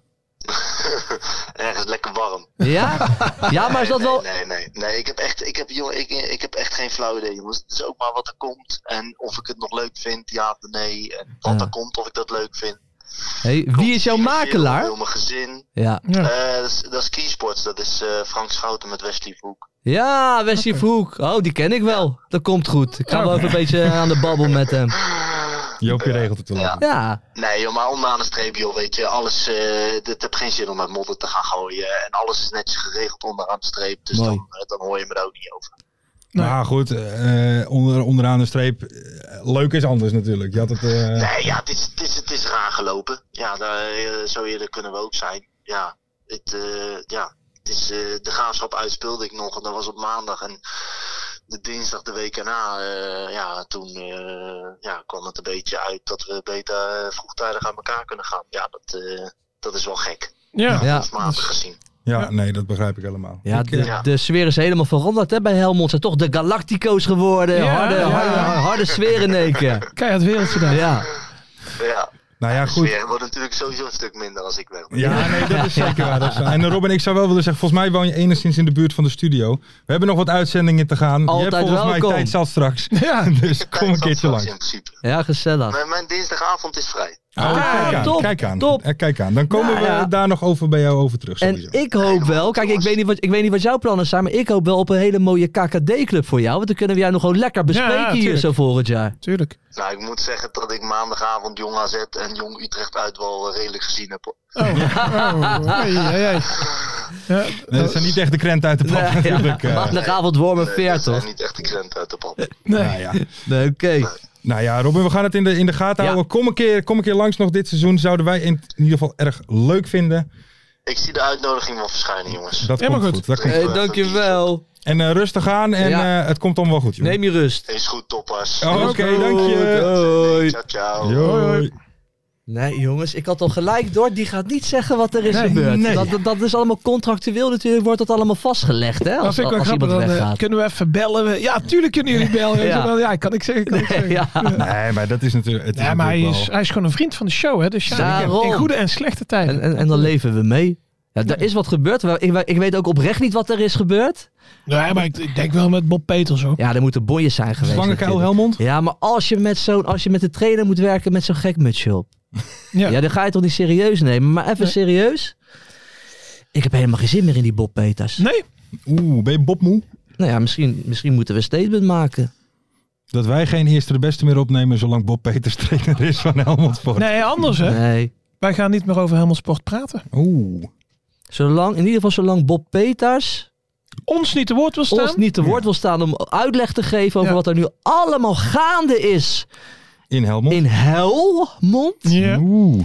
Ergens lekker warm. Ja? Ja, maar is dat nee, wel... Nee, nee, nee. Ik heb echt, ik heb, jongen, ik, ik heb echt geen flauw idee, jongens. Het is ook maar wat er komt. En of ik het nog leuk vind, ja of nee. En wat Ja. er komt, of ik dat leuk vind. Hey, wie is jouw Komt makelaar? Wil mijn gezin. Ja. Ja. Uh, dat, is, dat is Keysports. Dat is uh, Frank Schouten met Wesley Voek. Ja, Wesley Vroek. Oh, die ken ik wel. Dat komt goed. Ik ga wel even een beetje aan de babbel met hem. Joopje regelt het wel. Ja. Ja. Nee, joh, maar onderaan de streep, joh, weet je, alles, uh, het heeft geen zin om met modder te gaan gooien. En alles is netjes geregeld onderaan de streep, dus Mooi. dan, uh, dan hoor je me daar ook niet over. Nee. Maar goed, uh, onder, onderaan de streep, uh, leuk is anders natuurlijk. Je had het, uh... Nee, ja, het is, het, is, het is raar gelopen. Ja, daar, uh, zo eerder kunnen we ook zijn. Ja, het, uh, ja, het is, uh, de Graafschap uitspeelde ik nog en dat was op maandag. En de dinsdag de week erna, uh, ja, toen uh, ja, kwam het een beetje uit dat we beter uh, vroegtijdig aan elkaar kunnen gaan. Ja, dat, uh, dat is wel gek. Ja, ja. Matig gezien. Ja, ja, nee, dat begrijp ik helemaal. Ja, ik, de, ja. de sfeer is helemaal veranderd hè, bij Helmond. Zijn toch de Galactico's geworden. Ja, harde, ja. harde, harde sfeer in één keer. Keihard wereldje daar. Ja. Ja. Nou ja, de goed. sfeer wordt natuurlijk sowieso een stuk minder als ik weg ben. Ja, nee, dat is zeker waar. Dat is waar. En Robin, ik zou wel willen zeggen, volgens mij woon je enigszins in de buurt van de studio. We hebben nog wat uitzendingen te gaan. Altijd je hebt volgens welkom. mij tijd zat straks. Ja. Dus kom een keertje langs. In principe. Ja, gezellig. Mijn, mijn dinsdagavond is vrij. Oh, kijk aan, top, kijk aan. top. Eh, Kijk aan. Dan komen Nou, ja. we daar nog over bij jou over terug. Sowieso. En ik hoop wel, kijk, ik weet, niet wat, ik weet niet wat jouw plannen zijn, maar ik hoop wel op een hele mooie K K D-club voor jou. Want dan kunnen we jou nog gewoon lekker bespreken Ja, hier tuurlijk. zo volgend jaar. Tuurlijk. Nou, ik moet zeggen dat ik maandagavond Jong A Z en Jong Utrecht uit wel redelijk gezien heb. Oh, oh, hey, hey, hey. Ja, Nee, dat zijn niet echt de krenten uit de pap Nee, natuurlijk. ja. eh. Maandagavond Wormer Nee, veer dat zijn toch? niet echt de krenten uit de pap. nee. Nou ja. Nee, oké. Nou ja, Robin, we gaan het in de, in de gaten Ja. houden. Kom een, keer, kom een keer langs nog dit seizoen. Zouden wij in, in ieder geval erg leuk vinden. Ik zie de uitnodiging wel verschijnen, jongens. Dat Helemaal komt goed. goed. Dat komt Hey, goed. dankjewel. En uh, rustig aan en Ja. uh, het komt allemaal wel goed, jongen. Neem je rust. Is goed, toppers. Oh, Oké, okay, dank je. Hoi. Ciao, ciao. Hoi. Nee, jongens, ik had al gelijk door. Die gaat niet zeggen wat er is Nee, gebeurd. nee. Dat, dat, dat is allemaal contractueel natuurlijk. Wordt dat allemaal vastgelegd, hè? Dat Als, vind ik wel als grappig. iemand Dan uh, weggaat. kunnen we even bellen. Ja, tuurlijk kunnen jullie bellen. Ja. Ja, ja kan ik zeggen. Kan ik zeggen. Ja. Nee, maar dat is natuurlijk... Het is Ja, maar hij natuurlijk is, wel- hij is gewoon een vriend van de show. Hè? Dus ja, Daarom. in goede en slechte tijden. En, en, en dan leven we mee. Ja, er is wat gebeurd. Ik, ik weet ook oprecht niet wat er is gebeurd. Nee, maar ik, ik denk wel met Bob Peters ook. Ja, er moeten bonjes zijn geweest. Slangenkuil natuurlijk. Helmond? Ja, maar als je met zo'n, als je met de trainer moet werken met zo'n gek mutsje op. Ja. Ja, dan ga je toch niet serieus nemen. Maar even Nee. serieus. Ik heb helemaal geen zin meer in die Bob Peters. Nee? Oeh, ben je Bob moe? Nou ja, misschien, misschien moeten we een statement maken. Dat wij geen eerste de beste meer opnemen zolang Bob Peters trainer is van Helmond Sport. Nee, anders hè. Nee. Wij gaan niet meer over Helmond Sport praten. Oeh. Zolang, in ieder geval zolang Bob Peters Ons niet te woord wil staan. ons niet te woord wil staan om uitleg te geven over Ja. wat er nu allemaal gaande is In Helmond? in Helmond. Ja. Oeh.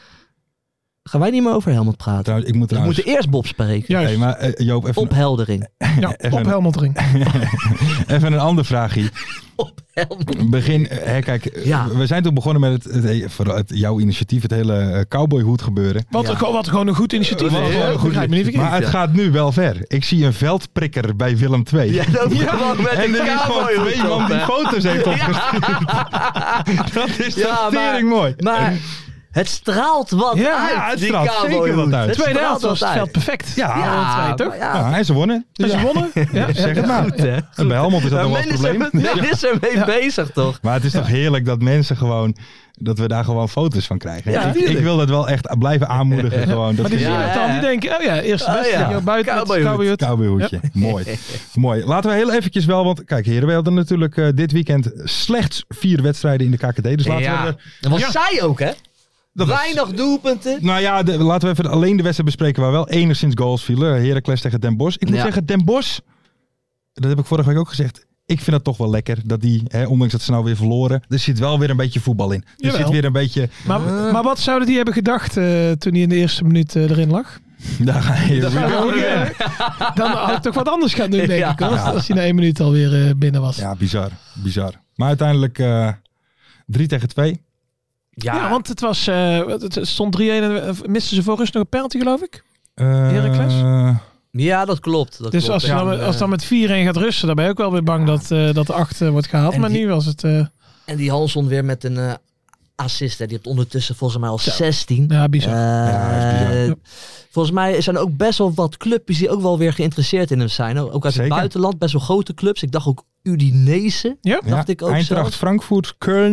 Gaan wij niet meer over Helmond praten. Trouwens, ik moet We trouwens... moeten eerst Bob spreken. Juist. Hey, maar eh, Joop, even, Opheldering. Ja, Even- op Helmondring. even een ander vraagje. Opheldering. Begin, eh, hè, kijk, Ja. we zijn toen begonnen met het, het, het, het- jouw initiatief, het hele eh, cowboyhoed gebeuren. Wat, Ja. een- wat gewoon een goed initiatief Wat is. gewoon hè? een goed Begrijp me niet verkeerd. Maar het gaat nu wel ver. Ik zie een veldprikker bij Willem twee. Ja, dat Ja. gewoon met En een er is gewoon cowboyhoed twee man op, die hè. foto's heeft opgestuurd. Dat is Ja, toch maar- tering mooi. Maar het straalt wat Ja, uit, ja, het die straalt zeker cowboyhoed. wat uit. Het Tweede straalt helft was wat het uit. veld perfect. Ja. Ja, Alle twee, toch? maar ja. Ja, en ze wonnen. Hebben ze gewonnen? Ja, Zeg ja. het maar. Goed, hè? En bij Helmond is dat Maar nog wel het men is probleem. er- Men is er mee Ja. bezig, toch? Maar het is toch heerlijk dat mensen gewoon... Dat we daar gewoon foto's van krijgen. Ja, ik, tuurlijk. ik wil dat wel echt blijven aanmoedigen. Gewoon, dat Maar die is zien Ja, het ja, dan. ja. Die denken, oh ja, eerste Oh beste. ja. Ja. Buiten met het Cowboyhoed. cowboyhoed. cowboyhoedje. Mooi. Mooi. Laten we heel eventjes wel... Want kijk heren, we hadden natuurlijk eh, dit weekend slechts vier wedstrijden in de K K D. Dus laten Ja. we er... Dat was Ja. zij ook, hè? Dat was- Weinig doelpunten. Nou ja, de- laten we even alleen de wedstrijd bespreken waar wel enigszins goals vielen. Heracles tegen Den Bosch. Ik moet Ja. zeggen, Den Bosch, dat heb ik vorige week ook gezegd. Ik vind dat toch wel lekker. Dat die, hè, ondanks dat ze nou weer verloren, er zit wel weer een beetje voetbal in. Er Jawel. zit weer een beetje... Maar, maar wat zouden die hebben gedacht eh, toen hij in de eerste minuut eh, erin lag? Daar ga je Dat weer. zou ik, eh, dan had ik toch wat anders gaan doen, denk Ja. ik. Hoor, Ja. Als hij na één minuut alweer eh, binnen was. Ja. Ja, bizar. Bizar. Maar uiteindelijk eh drie tegen twee. Ja, want het was, eh, het stond drie-een en eh, misten ze voor rust nog een penalty, geloof ik. Uh, Heracles? ja, dat klopt. Dat Dus klopt. als, je Ja, dan, met- en, als dan met vier-een gaat rusten, dan ben je ook wel weer bang dat, eh, dat de acht eh, wordt gehaald. En Maar die- nu was het... eh, En die Hanson weer met een eh, assist. Hè. Die heeft ondertussen volgens mij al zestien. ja, bizar. Eh, Ja, dat is bizar. Ja. Volgens mij zijn er ook best wel wat clubjes die ook wel weer geïnteresseerd in hem zijn. Ook uit Zeker. het buitenland. Best wel grote clubs. Ik dacht ook Udinese. Ja? Dacht ik ook Eintracht zelfs. Frankfurt, Köln.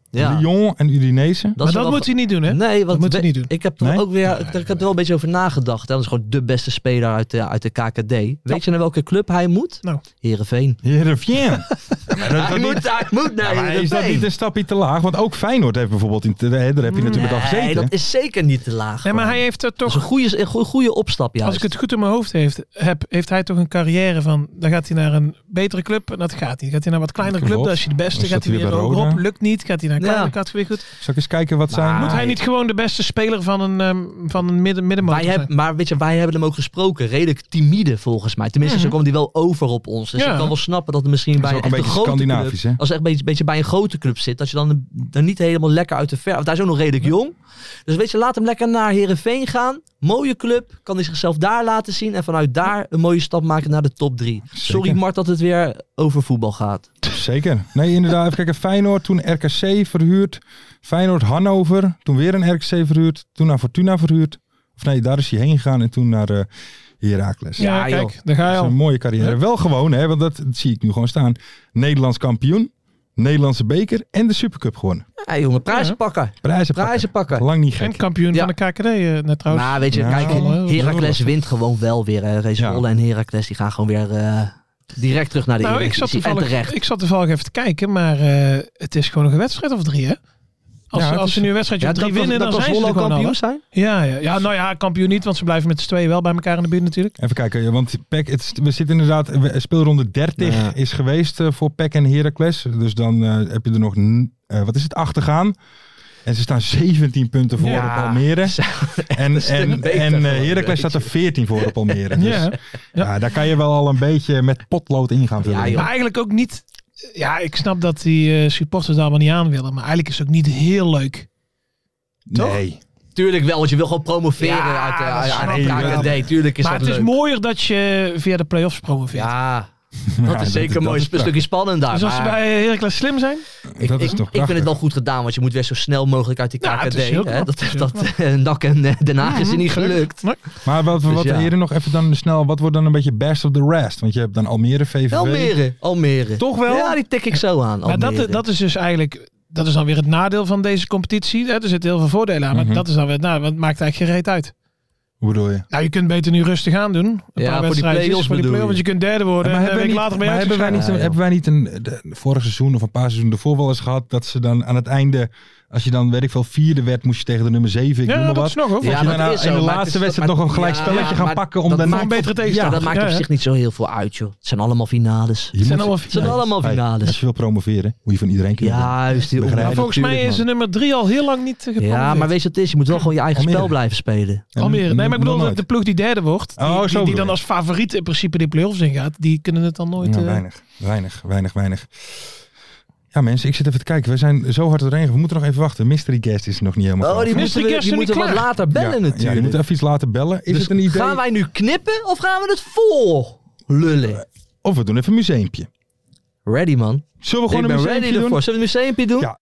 Ja. Lyon en Udinese. Dat maar dat wel... moet hij niet doen, hè? Nee, want moet hij niet doen. Ik heb er nee? ook weer, ik, ik heb er wel een beetje over nagedacht. Hè. Dat is gewoon de beste speler uit de, uit de K K D. Weet ja. je naar welke club hij moet? Nou. Heerenveen. Heerenveen. ja, hij, moet, niet... hij moet naar ja, Heerenveen. Is dat niet een stapje te laag? Want ook Feyenoord heeft bijvoorbeeld, in te, daar heb je nee, natuurlijk al gezeten. Nee, dat is zeker niet te laag. Nee, maar hij heeft er toch... Dat is een goede, een goede opstap, juist. Als ik het goed in mijn hoofd heeft, heb, heeft hij toch een carrière van... Dan gaat hij naar een betere club en dat gaat niet. Gaat hij naar een wat kleinere club, dan is hij de beste. Gaat hij weer hogerop, lukt niet. Gaat hij naar een kleinere categorie, goed. Zal ik eens kijken wat zijn... Maar moet hij niet gewoon de beste speler van een, um, van een midden, middenmotor wij zijn? Heb, maar weet je, wij hebben hem ook gesproken. Redelijk timide volgens mij. Tenminste, mm-hmm. zo kwam hij wel over op ons. Dus ja. ik kan wel snappen dat het misschien bij een, een, een grote club... Hè? Als echt een beetje, beetje bij een grote club zit. Dat je dan, dan niet helemaal lekker uit de ver... Want hij is ook nog redelijk ja. jong. Dus weet je, laat hem lekker naar Heerenveen gaan. Mooie club. Kan hij zichzelf daar laten zien. En vanuit daar een mooie stap maken naar de top drie. Zeker. Sorry Mart dat het weer over voetbal gaat. Zeker. Nee, inderdaad. Even kijken. Feyenoord, toen R K C verhuurd. Feyenoord Hannover. Toen weer een R K C verhuurd. Toen naar Fortuna verhuurd. Of nee, daar is hij heen gegaan. En toen naar uh, Heracles. Ja, ja kijk. Joh. Daar ga je al. Dat is een mooie carrière. Ja. Wel gewoon, hè. Want dat, dat zie ik nu gewoon staan. Nederlands kampioen. Nederlandse beker en de Supercup gewonnen. Ja jongen, prijzen pakken. Prijzen, prijzen pakken. pakken. Lang niet gek. En kampioen ja. van de K K D uh, net trouwens. Maar weet je, ja, kijk, Heracles wint gewoon wel weer. Rezolle ja. en Heracles die gaan gewoon weer uh, direct terug naar de nou, Eredivisie. Ik zat toevallig, ik zat toevallig even te kijken, maar uh, het is gewoon nog een wedstrijd of drie, hè? Als, ja, als ze nu een wedstrijdje ja, drie winnen, dan zijn ze gewoon kampioen al, zijn. Ja, ja, ja, nou ja, kampioen niet, want ze blijven met z'n tweeën wel bij elkaar in de buurt natuurlijk. Even kijken, want P E C, het, we zitten inderdaad, speelronde dertig ja. is geweest uh, voor P E C en Heracles. Dus dan uh, heb je er nog, uh, wat is het, acht te gaan. En ze staan zeventien punten voor ja. op Almere. En, en, en uh, Heracles staat er veertien voor op Almere. Dus ja. Ja. ja, daar kan je wel al een beetje met potlood in gaan vullen. Ja, maar eigenlijk ook niet... Ja, ik snap dat die uh, supporters daar maar niet aan willen. Maar eigenlijk is het ook niet heel leuk. Toch? Nee. Tuurlijk wel, want je wil gewoon promoveren ja, uit, uh, uit de K K D. Tuurlijk is maar dat het leuk. is mooier dat je via de play-offs promoveert. Ja, dat ja, is zeker dat, mooi. Dat is een stukje spannend daar. Dus als ze bij Heracles slim zijn? Ik, dat is ik, toch ik vind het wel goed gedaan, want je moet weer zo snel mogelijk uit die K K D. Ja, hè? Dat dat uh, N A C en uh, Den Haag mm-hmm. is er niet gelukt. Nee. Maar wat, wat dus ja. eerder nog even dan snel, wat wordt dan een beetje best of the rest? Want je hebt dan Almere, V V V. Almere, Almere. Toch wel? Ja, die tik ik zo aan. Maar dat, dat is dus eigenlijk... Dat is dan weer het nadeel van deze competitie. Hè? Er zitten heel veel voordelen aan. Maar mm-hmm. dat is dan weer het nadeel. Want het maakt eigenlijk geen reet uit. Hoe bedoel je? Nou, je kunt beter nu rustig aan doen. Een ja, paar voor die play-offs voor die play want je kunt derde worden. Ja, maar hebben, en niet, later maar hebben wij niet, ja, hebben wij niet een de, vorig seizoen of een paar seizoenen ervoor wel eens gehad dat ze dan aan het einde, als je dan weet ik veel vierde werd, moest je tegen de nummer zeven, ik ja, noem maar wat. Nog, hoor. Ja, je dan nou, in de laatste wedstrijd nog een gelijk ja, spelletje ja, gaan pakken om dan nog een betere tegenstander. Ja, dat maakt op zich niet zo heel veel uit, joh. Het zijn allemaal finales. Het zijn allemaal finales. Het zijn allemaal finales. Als je wil promoveren, moet je van iedereen kunnen. Ja, juist. Volgens mij is de nummer drie al heel lang niet gepromoveerd. Ja, maar weet je wat het is? Je moet wel gewoon je eigen spel blijven spelen. Almere. Nee, maar ik bedoel de ploeg die derde wordt, die dan als favoriet in principe de play-offs ingaat, die kunnen het dan nooit... Weinig, weinig, weinig, weinig. Ja mensen, ik zit even te kijken. We zijn zo hard doorheen. We moeten nog even wachten. Mystery guest is nog niet helemaal Oh, die moeten we, die moeten wat later bellen ja, natuurlijk. Ja, die moeten even iets later bellen. Is dus het een idee? Gaan wij nu knippen of gaan we het vol lullen? Of we doen even een museumpje. Ready man. Zullen we gewoon ik een museumpje doen? Ervoor. Zullen we een museumpje doen? Ja.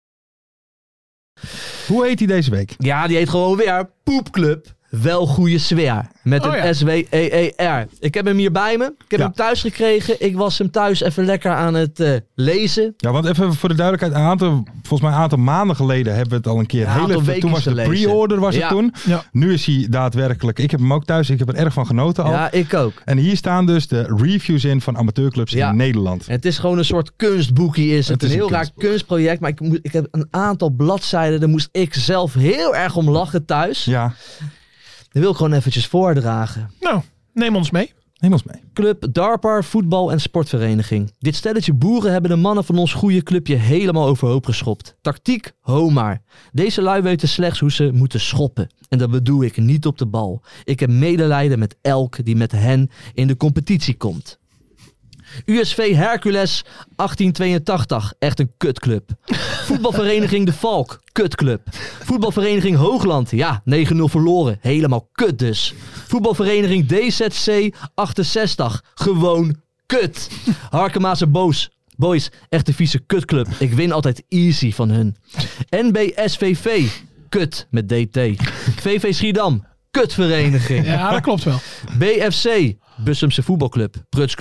Hoe heet hij deze week? Ja, die heet gewoon weer Poepclub. Wel goede sfeer. Met een oh, ja. S W E E R. Ik heb hem hier bij me. Ik heb ja. hem thuis gekregen. Ik was hem thuis even lekker aan het uh, lezen. Ja, want even voor de duidelijkheid. Een aantal, volgens mij een aantal maanden geleden hebben we het al een keer. Ja, heel even, toen was de pre-order was ja. het toen. Ja. Nu is hij daadwerkelijk. Ik heb hem ook thuis. Ik heb er erg van genoten al. Ja, ik ook. En hier staan dus de reviews in van amateurclubs ja. in Nederland. En het is gewoon een soort kunstboekie. Is het, het is een heel raar kunstproject. Maar ik, moest, ik heb een aantal bladzijden. Daar moest ik zelf heel erg om lachen thuis. Ja. Dat wil ik gewoon eventjes voordragen. Nou, neem ons mee. Neem ons mee. Club Darpar Voetbal- en Sportvereniging. Dit stelletje boeren hebben de mannen van ons goede clubje helemaal overhoop geschopt. Tactiek, ho maar. Deze lui weten slechts hoe ze moeten schoppen. En dat bedoel ik niet op de bal. Ik heb medelijden met elk die met hen in de competitie komt. U S V Hercules achttien tweeëntachtig, echt een kutclub. Voetbalvereniging De Valk, kutclub. Voetbalvereniging Hoogland, ja, negen nul verloren, helemaal kut dus. Voetbalvereniging D Z C achtenzestig, gewoon kut. Harkemaanse Boos, boys, echt een vieze kutclub. Ik win altijd easy van hun. N B S V V, kut met D T. V V Schiedam, kutvereniging. Ja, dat klopt wel. B F C, Bussumse voetbalclub, prutsclub.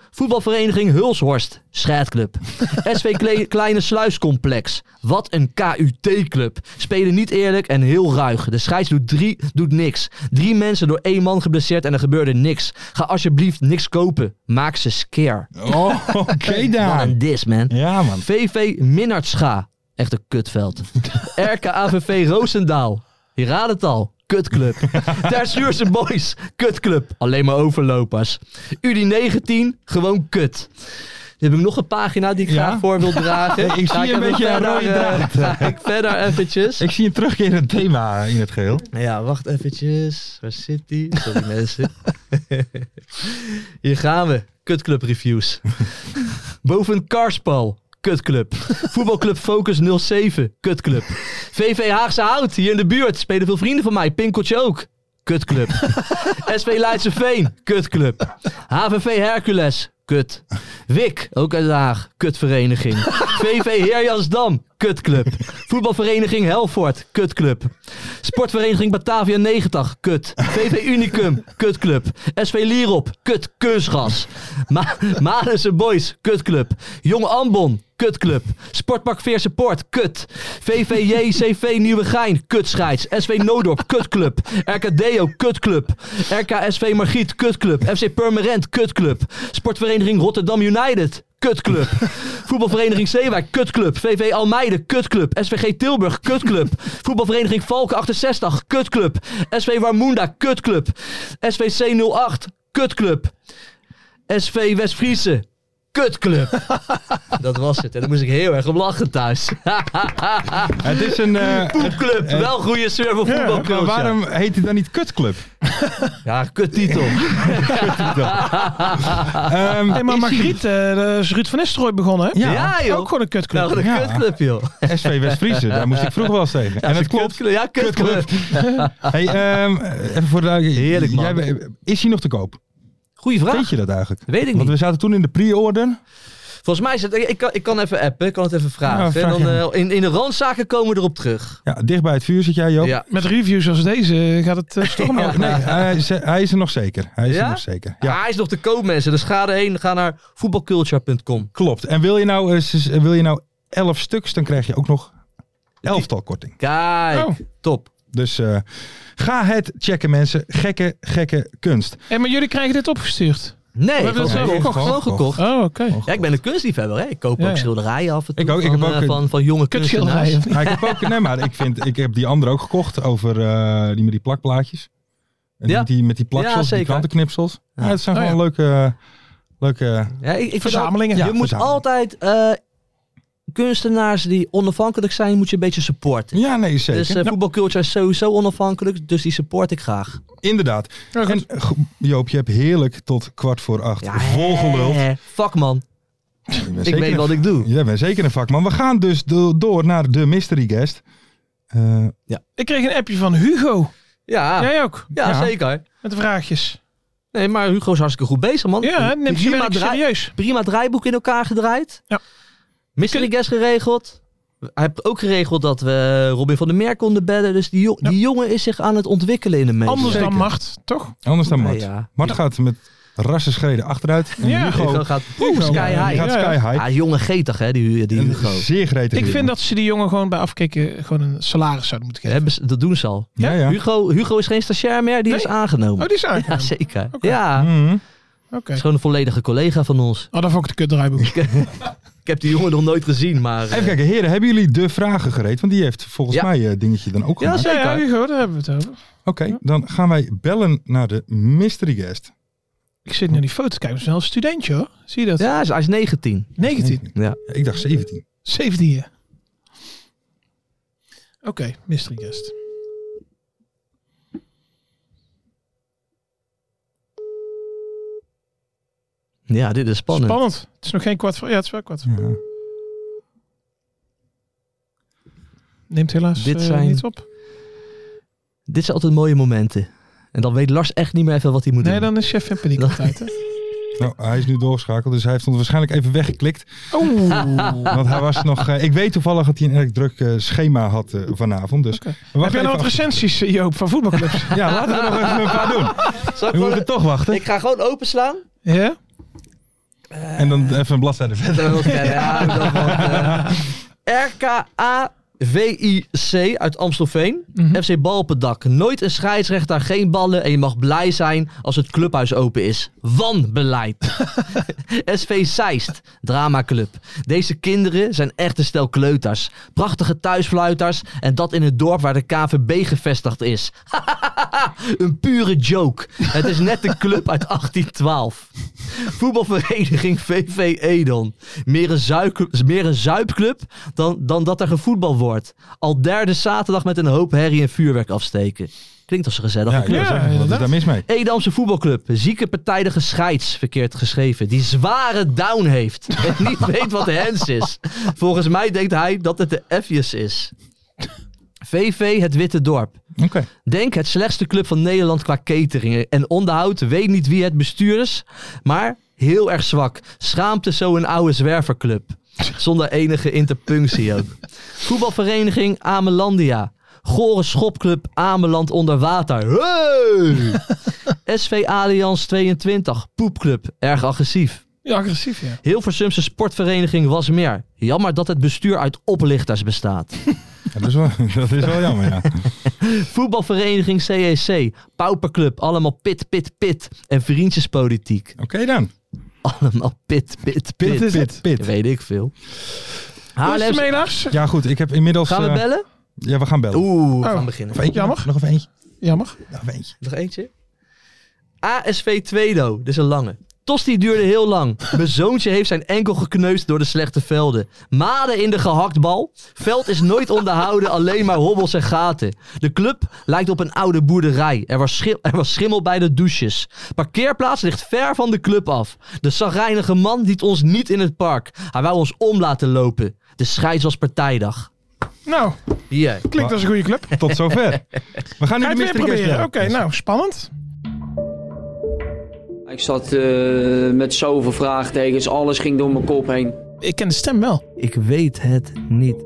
Voetbalvereniging Hulshorst, scheidclub. S V Kle- Kleine Sluiscomplex, wat een K U T-club. Spelen niet eerlijk en heel ruig. De scheids doet, drie, doet niks. Drie mensen door één man geblesseerd en er gebeurde niks. Ga alsjeblieft niks kopen. Maak ze scare. Oh, oké okay, dan. Wat een dis, man. Ja, man. V V Minardscha, echt een kutveld. R K A V V Roosendaal, je raadt het al. Kutclub. Tersuurse Boys. Kutclub. Alleen maar overlopers. U D negentien. Gewoon kut. Dan heb ik nog een pagina die ik ja? graag voor wil dragen. Ik zie ik een beetje een verder, rode draad. Uh, ga ik verder eventjes. Ik zie een terugkerend thema in het geheel. Ja, wacht eventjes. Waar zit die? Sorry mensen. Hier gaan we. Kutclub reviews. Boven Karspal. Kutclub. Voetbalclub Focus nul zeven. Kutclub. V V Haagse Hout, hier in de buurt. Spelen veel vrienden van mij. Pinkeltje ook. Kutclub. S V Leidseveen. Kutclub. H V V Hercules. Kut. Wik, ook uit Den Haag. Kutvereniging. V V Heerjansdam. Kutclub. Voetbalvereniging Helvoort. Kutclub. Sportvereniging Batavia negentig. Kut. V V Unicum. Kutclub. S V Lierop. Kut. Keusgas. Ma- Madense Boys. Kutclub. Jonge Ambon. Kutclub. Sportpark Veer Support. Kut. V V J C V Nieuwegein. Kutscheids. S V Noodorp. Kutclub. R K Deo. Kutclub. R K S V Margriet. Kutclub. F C Purmerend. Kutclub. Sportvereniging Rotterdam United. Kutclub. Voetbalvereniging Zeewijk. Kutclub. V V Almeide. Kutclub. S V G Tilburg. Kutclub. Voetbalvereniging Valken achtenzestig. Kutclub. S V Warmoenda. Kutclub. S V C nul acht. Kutclub. S V West-Friese. Kutclub. Dat was het. En daar moest ik heel erg om lachen thuis. Het is een... Uh, Poepclub. Uh, wel goede server voetbalclub. Ja, maar waarom heet het dan niet Kutclub? Ja, kuttitel. Kuttitel. um, hey, maar Margriet, uh, is Ruud van Nistelrooy begonnen, hè? Ja, ja joh. Ook gewoon een kutclub. Nou, een ja. kutclub, joh. S V West-Friese, daar moest ik vroeger wel eens tegen. Ja, en het klopt. Kutclub. Ja, kutclub. kutclub. Hey, um, even voor de... Heerlijk, man. Jij, is hij nog te koop? Goeie vraag. Weet je dat eigenlijk? Weet ik niet. Want we zaten toen in de pre-order. Volgens mij is het... Ik kan, ik kan even appen, ik kan het even vragen. Ja, vraag, en dan, uh, in, in de randzaken komen we erop terug. Ja, dicht bij het vuur zit jij, Joop. Ja. Met reviews als deze gaat het uh, stormen. ja, nee, hij is, hij is er nog zeker. Hij is ja? er nog zeker. Ja. Ja, hij is nog te koop, mensen. Dus ga erheen. Ga naar voetbalculture punt com. Klopt. En wil je nou, uh, wil je nou elf stuks, dan krijg je ook nog elftal korting. Kijk, oh. Top. Dus uh, ga het checken, mensen. Gekke, gekke kunst. Hey, maar jullie krijgen dit opgestuurd? Nee, we hebben het zelf gekocht. Gewoon gekocht. Oh, oké. Okay. Ja, ik ben een kunstliefhebber. Hè. Ik koop ja, ook schilderijen af en toe. Ik ook. Van, ik heb ook uh, van, van jonge kunstenaars. Ja, ik heb ook. Nee, maar ik vind, ik heb die andere ook gekocht over uh, die met die plakplaatjes. En ja. die met die plaksels, ja, die krantenknipsels. Ja. Ja, het zijn oh, gewoon ja. leuke, leuke ja, ik, ik verzamelingen. Dat, je ja, moet verzameling. altijd uh, kunstenaars die onafhankelijk zijn, moet je een beetje supporten. Ja, nee, zeker. Dus uh, voetbalculture is sowieso onafhankelijk, dus die support ik graag. Inderdaad. Ja, en Joop, je hebt heerlijk tot kwart voor acht ja, volgeluld. Vakman. Ik weet wat ik doe. Jij bent zeker een vakman. We gaan dus do- door naar de mystery guest. Uh, ja. Ik kreeg een appje van Hugo. Ja. Jij ook? Ja, ja, zeker. Met de vraagjes. Nee, maar Hugo is hartstikke goed bezig, man. Ja, neemt je werk serieus. Prima draaiboek in elkaar gedraaid. Ja. Mystery Kun... guest geregeld. Hij heeft ook geregeld dat we Robin van der Meer konden bedden. Dus die, jo- ja. die jongen is zich aan het ontwikkelen in de media. Anders dan Mart, toch? Anders dan Mart. Ja, ja. Mart ja. gaat met rassenschreden achteruit. En ja. Hugo, Hugo gaat Hugo. sky high. Ja, gaat sky high. Ja, jonge getig, hè, die, die Hugo. Zeer gretig. Ik vind jongen. dat ze die jongen gewoon bij afkijken gewoon een salaris zouden moeten geven. Hebben ze, dat doen ze al. Ja, ja. Hugo, Hugo is geen stagiair meer, die nee? is aangenomen. Oh, die is aangenomen? Ja, zeker. Okay. Ja. Mm-hmm. Okay. Is gewoon een volledige collega van ons. Oh, dat vond ik de kut draaiboek. Ik heb die jongen nog nooit gezien, maar... Even uh... kijken, heren, hebben jullie de vragen gereed? Want die heeft volgens ja. mij uh, dingetje dan ook gemaakt. Ja, zeker. Ja, Hugo, daar hebben we het over. Oké, okay, ja. dan gaan wij bellen naar de mystery guest. Ik zit naar die foto te kijken. Dat is wel een studentje, hoor. Zie je dat? Ja, hij is negentien. negentien? Ja. ja. Ik dacht zeventien. zeventien, ja. Oké, okay, mystery guest. Ja, dit is spannend. Spannend. Het is nog geen kwart voor... Ja, het is wel kwart voor. Ja. Neemt helaas dit zijn... uh, niet op. Dit zijn altijd mooie momenten. En dan weet Lars echt niet meer even wat hij moet nee, doen. Nee, dan is chef in paniek altijd, hè? Nou, hij is nu doorgeschakeld, dus hij heeft ons waarschijnlijk even weggeklikt. Oeh. Want hij was nog... Uh, ik weet toevallig dat hij een erg druk uh, schema had uh, vanavond. Dus okay. Heb jij nog wat recensies, Joop, van voetbalclubs? Ja, laten we er nog even een paar doen. We moeten toch wachten. Ik ga gewoon openslaan. Ja? Uh, en dan even een bladzijde verder. Ja, dat wordt, uh, R K A V I C uit Amstelveen. Mm-hmm. F C Balpendak. Nooit een scheidsrechter, geen ballen. En je mag blij zijn als het clubhuis open is. Wanbeleid. S V Zeist. Dramaclub. Deze kinderen zijn echt een stel kleuters. Prachtige thuisfluiters. En dat in het dorp waar de K V B gevestigd is. Een pure joke. Het is net de club uit achttien twaalf. Voetbalvereniging V V Edon. Meer een, zuik, meer een zuipclub dan, dan dat er gevoetbal wordt. Al derde zaterdag met een hoop herrie en vuurwerk afsteken. Klinkt als een gezellige ja, club. Ja, ja, wat is daar mis mee? Edamse voetbalclub. Zieke partijdige scheids, verkeerd geschreven. Die zware down heeft. En niet weet wat de hens is. Volgens mij denkt hij dat het de F'jes is. V V Het Witte Dorp. Okay. Denk het slechtste club van Nederland qua catering en onderhoud. Weet niet wie het bestuur is. Maar heel erg zwak. Schaamte zo een oude zwerverclub. Zonder enige interpunctie ook. Voetbalvereniging Amelandia. Gore schopclub Ameland onder water. Hey! S V Allianz tweeëntwintig. Poepclub. Erg agressief. Ja, agressief, ja. Hilversumse sportvereniging Wasmeer. Jammer dat het bestuur uit oplichters bestaat. Ja, dat, is wel, dat is wel jammer, ja. Voetbalvereniging C E C. Pauperclub. Allemaal pit, pit, pit. En vriendjespolitiek. Oké okay, dan. Allemaal pit, pit, pit. Pit, pit, pit. Weet ik veel. Haarlems. Ja goed, ik heb inmiddels... Gaan we bellen? Uh, ja, we gaan bellen. Oeh, we oh. gaan beginnen. Nog eentje? Jammer. Nog even eentje. Jammer. Nog even eentje. Nog eentje. A S V Tweedo. Dit is een lange. Tosti duurde heel lang. Mijn zoontje heeft zijn enkel gekneusd door de slechte velden. Maden in de gehaktbal. Veld is nooit onderhouden, alleen maar hobbels en gaten. De club lijkt op een oude boerderij. Er was, schim- er was schimmel bij de douches. Parkeerplaats ligt ver van de club af. De chagrijnige man liet ons niet in het park. Hij wou ons om laten lopen. De scheids was partijdag. Nou, yeah. Klinkt als een goede club. Tot zover. We gaan nu Ga de je het weer proberen? Oké, okay, nou, spannend. Ik zat uh, met zoveel vraagtekens, alles ging door mijn kop heen. Ik ken de stem wel. Ik weet het niet.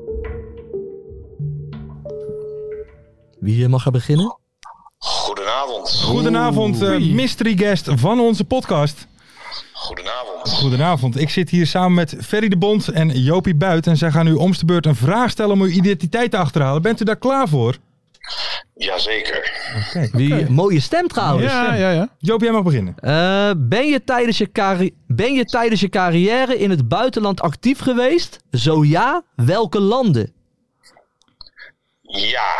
Wie mag er beginnen? Goedenavond. Goedenavond, uh, mystery guest van onze podcast. Goedenavond. Goedenavond. Ik zit hier samen met Ferry de Bond en Jopie Buit. En zij gaan u om de beurt een vraag stellen om uw identiteit te achterhalen. Bent u daar klaar voor? Jazeker. Okay, Wie, okay. Mooie stem trouwens. Ja, ja, ja. Jopie, jij mag beginnen. Uh, ben, je tijdens je carri- ben je tijdens je carrière in het buitenland actief geweest? Zo ja, welke landen? Ja.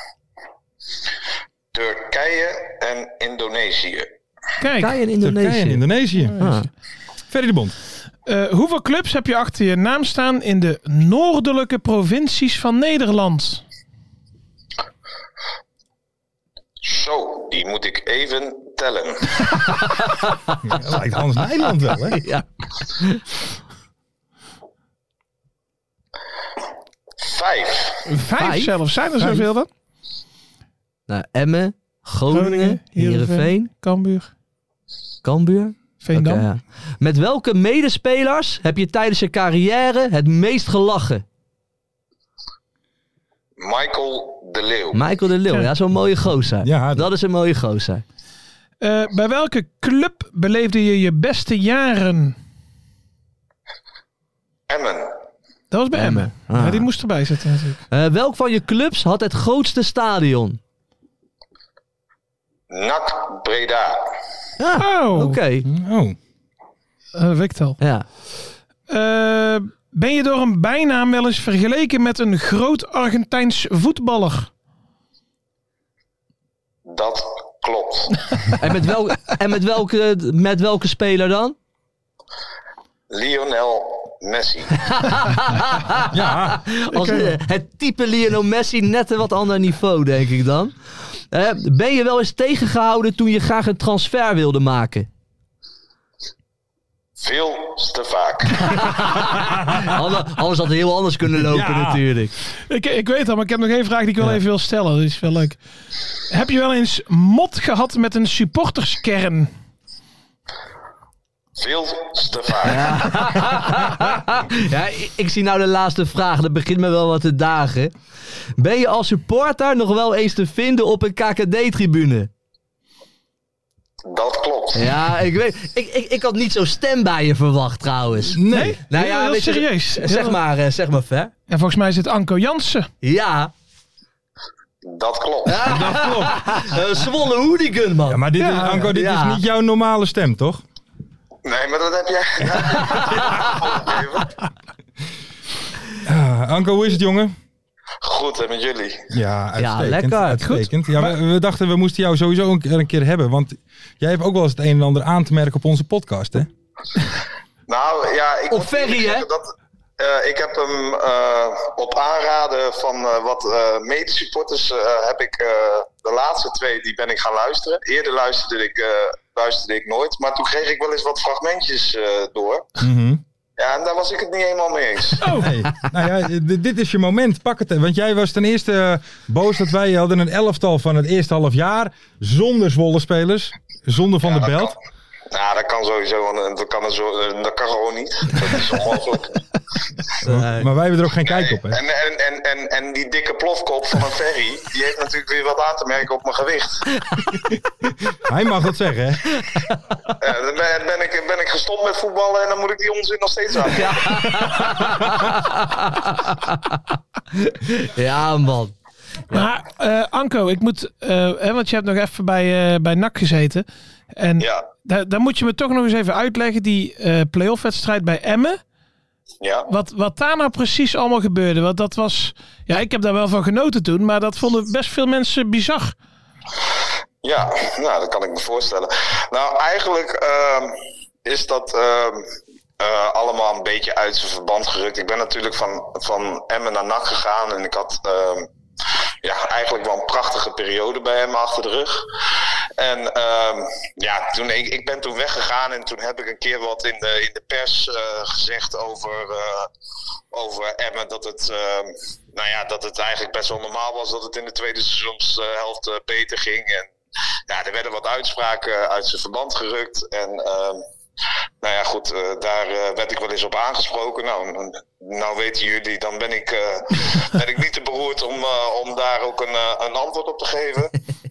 Turkije en Indonesië. Kijk. Turkije en Indonesië. Turkije en Indonesië. Ah. Ferry de Bond. Uh, hoeveel clubs heb je achter je naam staan in de noordelijke provincies van Nederland? Zo, die moet ik even tellen. Ja, dat lijkt Hans Nijland wel, hè? Ja. Vijf. Vijf, Vijf? zelfs. Zijn er Vijf. zoveel dan? Nou, Emmen, Groningen, Groningen, Heerenveen, Cambuur, Cambuur. Veendam. Okay, ja. Met welke medespelers heb je tijdens je carrière het meest gelachen? Michael de Leeuw. Michael de Leeuw, Ja. ja, zo'n mooie gozer. Ja, dat... dat is een mooie gozer. Uh, bij welke club beleefde je je beste jaren? Emmen. Dat was bij Emmen. Emmen. Ah. Ja, die moest erbij zitten natuurlijk. Uh, welk van je clubs had het grootste stadion? N A C Breda. Ah, Oh, oké. okay. Oh. uh, weet ik het al. Ja. Uh, ben je door een bijnaam wel eens vergeleken met een groot Argentijns voetballer? Dat klopt. En met, wel, en met, welke, met welke speler dan? Lionel Messi. Ja. Als, uh, het type Lionel Messi, net een wat ander niveau, denk ik dan. Uh, ben je wel eens tegengehouden toen je graag een transfer wilde maken? Veel te vaak. Anders, anders had het heel anders kunnen lopen Ja. natuurlijk. Ik, ik weet al, maar ik heb nog één vraag die ik wel Ja. even wil stellen. Dat is wel leuk. Heb je wel eens mot gehad met een supporterskern? Veel te vaak. Ja. Ja, ik, ik zie nou de laatste vraag. Dat begint me wel wat te dagen. Ben je als supporter nog wel eens te vinden op een K K D-tribune? Dat klopt. Ja, ik weet. Ik, ik, ik had niet zo'n stem bij je verwacht trouwens. Nee? Nou heel, ja, heel weet je, serieus. zeg Heel- maar, eh, zeg maar ver. En volgens mij is het Anko Jansen. Ja. Dat klopt. Ja. Dat klopt. Een Zwolle hooligan, man. Ja, maar dit, Ja, is, Anko, dit ja. is niet jouw normale stem, toch? Nee, maar dat heb jij. Uh, Anko, hoe is het, jongen? Goed, en met jullie? Ja, uitstekend. lekker. Uitstekend. Ja, we, we dachten, we moesten jou sowieso een, keer- een keer hebben. Want jij hebt ook wel eens het een en ander aan te merken op onze podcast, hè? Nou ja, ik Op moet Ferry, eerlijk hè? zeggen dat uh, ik heb hem uh, op aanraden van uh, wat uh, medesupporters uh, heb ik uh, de laatste twee die ben ik gaan luisteren. Eerder luisterde ik, uh, luisterde ik nooit, maar toen kreeg ik wel eens wat fragmentjes uh, door. Mm-hmm. Ja, en daar was ik het niet helemaal mee eens. Oh. Hey, nou ja, d- dit is je moment. Pak het. Want jij was ten eerste uh, boos dat wij hadden een elftal van het eerste half jaar zonder Zwolle-spelers, zonder Van Ja, der dat Belt. kan. Nou, dat kan sowieso, want dat kan, er zo, dat kan gewoon niet. Dat is onmogelijk. Maar, maar wij hebben er ook geen kijk op, hè? En, en, en, en, en die dikke plofkop van een Ferry, die heeft natuurlijk weer wat aan te merken op mijn gewicht. Hij mag dat zeggen, hè? Ja, dan ben, ben, ik, ben ik gestopt met voetballen en dan moet ik die onzin nog steeds aan. Ja, ja man. Maar uh, Anko, ik moet, uh, hè, want je hebt nog even bij, uh, bij N A C gezeten. En Ja. daar, daar moet je me toch nog eens even uitleggen, die uh, play-off wedstrijd bij Emmen. Ja. Wat, wat daar nou precies allemaal gebeurde. Want dat was, ja, ik heb daar wel van genoten toen, maar dat vonden best veel mensen bizar. Ja, nou, dat kan ik me voorstellen. Nou, eigenlijk uh, is dat uh, uh, allemaal een beetje uit zijn verband gerukt. Ik ben natuurlijk van, van Emmen naar N A C gegaan en ik had uh, ja, eigenlijk wel een prachtige periode bij Emmen achter de rug. En uh, ja, toen, ik, ik ben toen weggegaan en toen heb ik een keer wat in de, in de pers uh, gezegd over, uh, over Emmen. Dat het, uh, nou ja, dat het eigenlijk best wel normaal was dat het in de tweede seizoenshelft uh, beter ging. En ja, er werden wat uitspraken uit zijn verband gerukt. En uh, nou ja, goed, uh, daar uh, werd ik wel eens op aangesproken. Nou, nou weten jullie, dan ben ik, uh, ben ik niet te beroerd om, uh, om daar ook een, uh, een antwoord op te geven.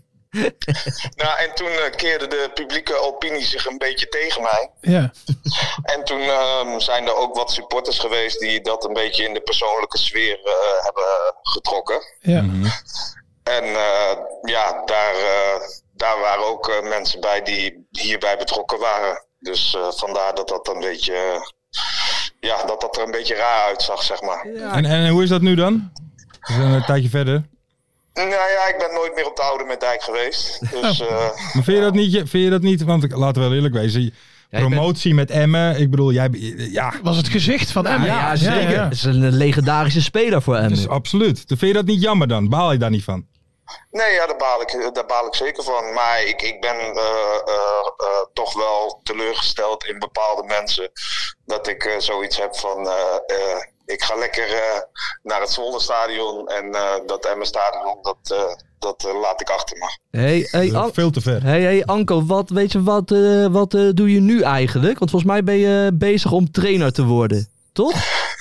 Nou, en toen uh, keerde de publieke opinie zich een beetje tegen mij. Ja. En toen uh, zijn er ook wat supporters geweest die dat een beetje in de persoonlijke sfeer uh, hebben getrokken. Ja. Mm-hmm. En uh, ja, daar, uh, daar waren ook uh, mensen bij die hierbij betrokken waren. Dus uh, vandaar dat dat een beetje, uh, ja, dat dat er een beetje raar uitzag, zeg maar. Ja. En, en hoe is dat nu dan? We zijn een tijdje verder. Nou ja, ik ben nooit meer op de Oude met Dijk geweest. Dus, uh, Maar vind je dat niet? Vind je dat niet? Want laten we wel eerlijk wezen. Promotie met Emmen. Ik bedoel, jij... Ja. Was het gezicht van Emmen. Ja, Ja, zeker. ja, ja. Het is een legendarische speler voor Emmen. Dus absoluut. Vind je dat niet jammer dan? Baal je daar niet van? nee, ja, daar baal ik, daar baal ik zeker van. Maar ik, ik ben uh, uh, uh, toch wel teleurgesteld in bepaalde mensen. Dat ik uh, zoiets heb van... Uh, uh, ik ga lekker uh, naar het Zwolle-stadion en uh, dat Emmen-stadion, dat, uh, dat uh, laat ik achter me. Hey, hey, An- Veel te ver. hey, hey Anko, wat, weet je, wat, uh, wat uh, doe je nu eigenlijk? Want volgens mij ben je bezig om trainer te worden, toch?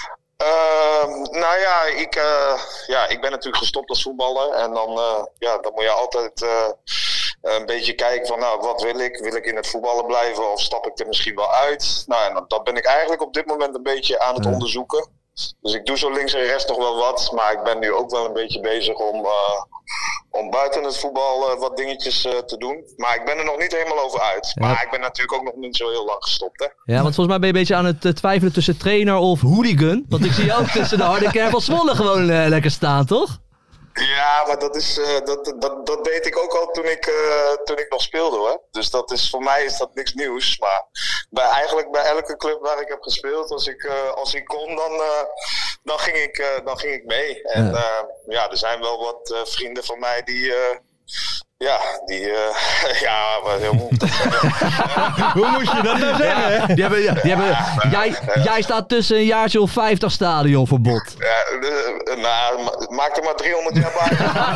Uh, nou ja ik, uh, ja, ik ben natuurlijk gestopt als voetballer. En dan, uh, ja, dan moet je altijd uh, een beetje kijken van, nou, wat wil ik? Wil ik in het voetballen blijven of stap ik er misschien wel uit? Nou, en dat ben ik eigenlijk op dit moment een beetje aan het Ja. onderzoeken. Dus ik doe zo links en rechts nog wel wat. Maar ik ben nu ook wel een beetje bezig om, uh, om buiten het voetbal uh, wat dingetjes uh, te doen. Maar ik ben er nog niet helemaal over uit. Ja. Maar ik ben natuurlijk ook nog niet zo heel lang gestopt, hè. Ja, want volgens mij ben je een beetje aan het uh, twijfelen tussen trainer of hooligan. Want ik zie je ook tussen de harde kern van Zwolle gewoon uh, lekker staan, toch? Ja, maar dat, is, uh, dat, dat, dat deed ik ook al toen ik, uh, toen ik nog speelde, hoor. Dus dat is, voor mij is dat niks nieuws. Maar bij, eigenlijk bij elke club waar ik heb gespeeld, als ik, uh, als ik kon, dan, uh, dan, ging ik, uh, dan ging ik mee. En Ja. uh, ja, er zijn wel wat uh, vrienden van mij die... Uh, ja, die... Uh, ja, maar, hoe moet ik dat zeggen? Hoe moest je dat nou zeggen, hè? Die hebben, die hebben, jij, jij staat tussen een jaartje of vijftig stadionverbod. Ja, uh, nou, ma- maak er maar driehonderd jaar bij.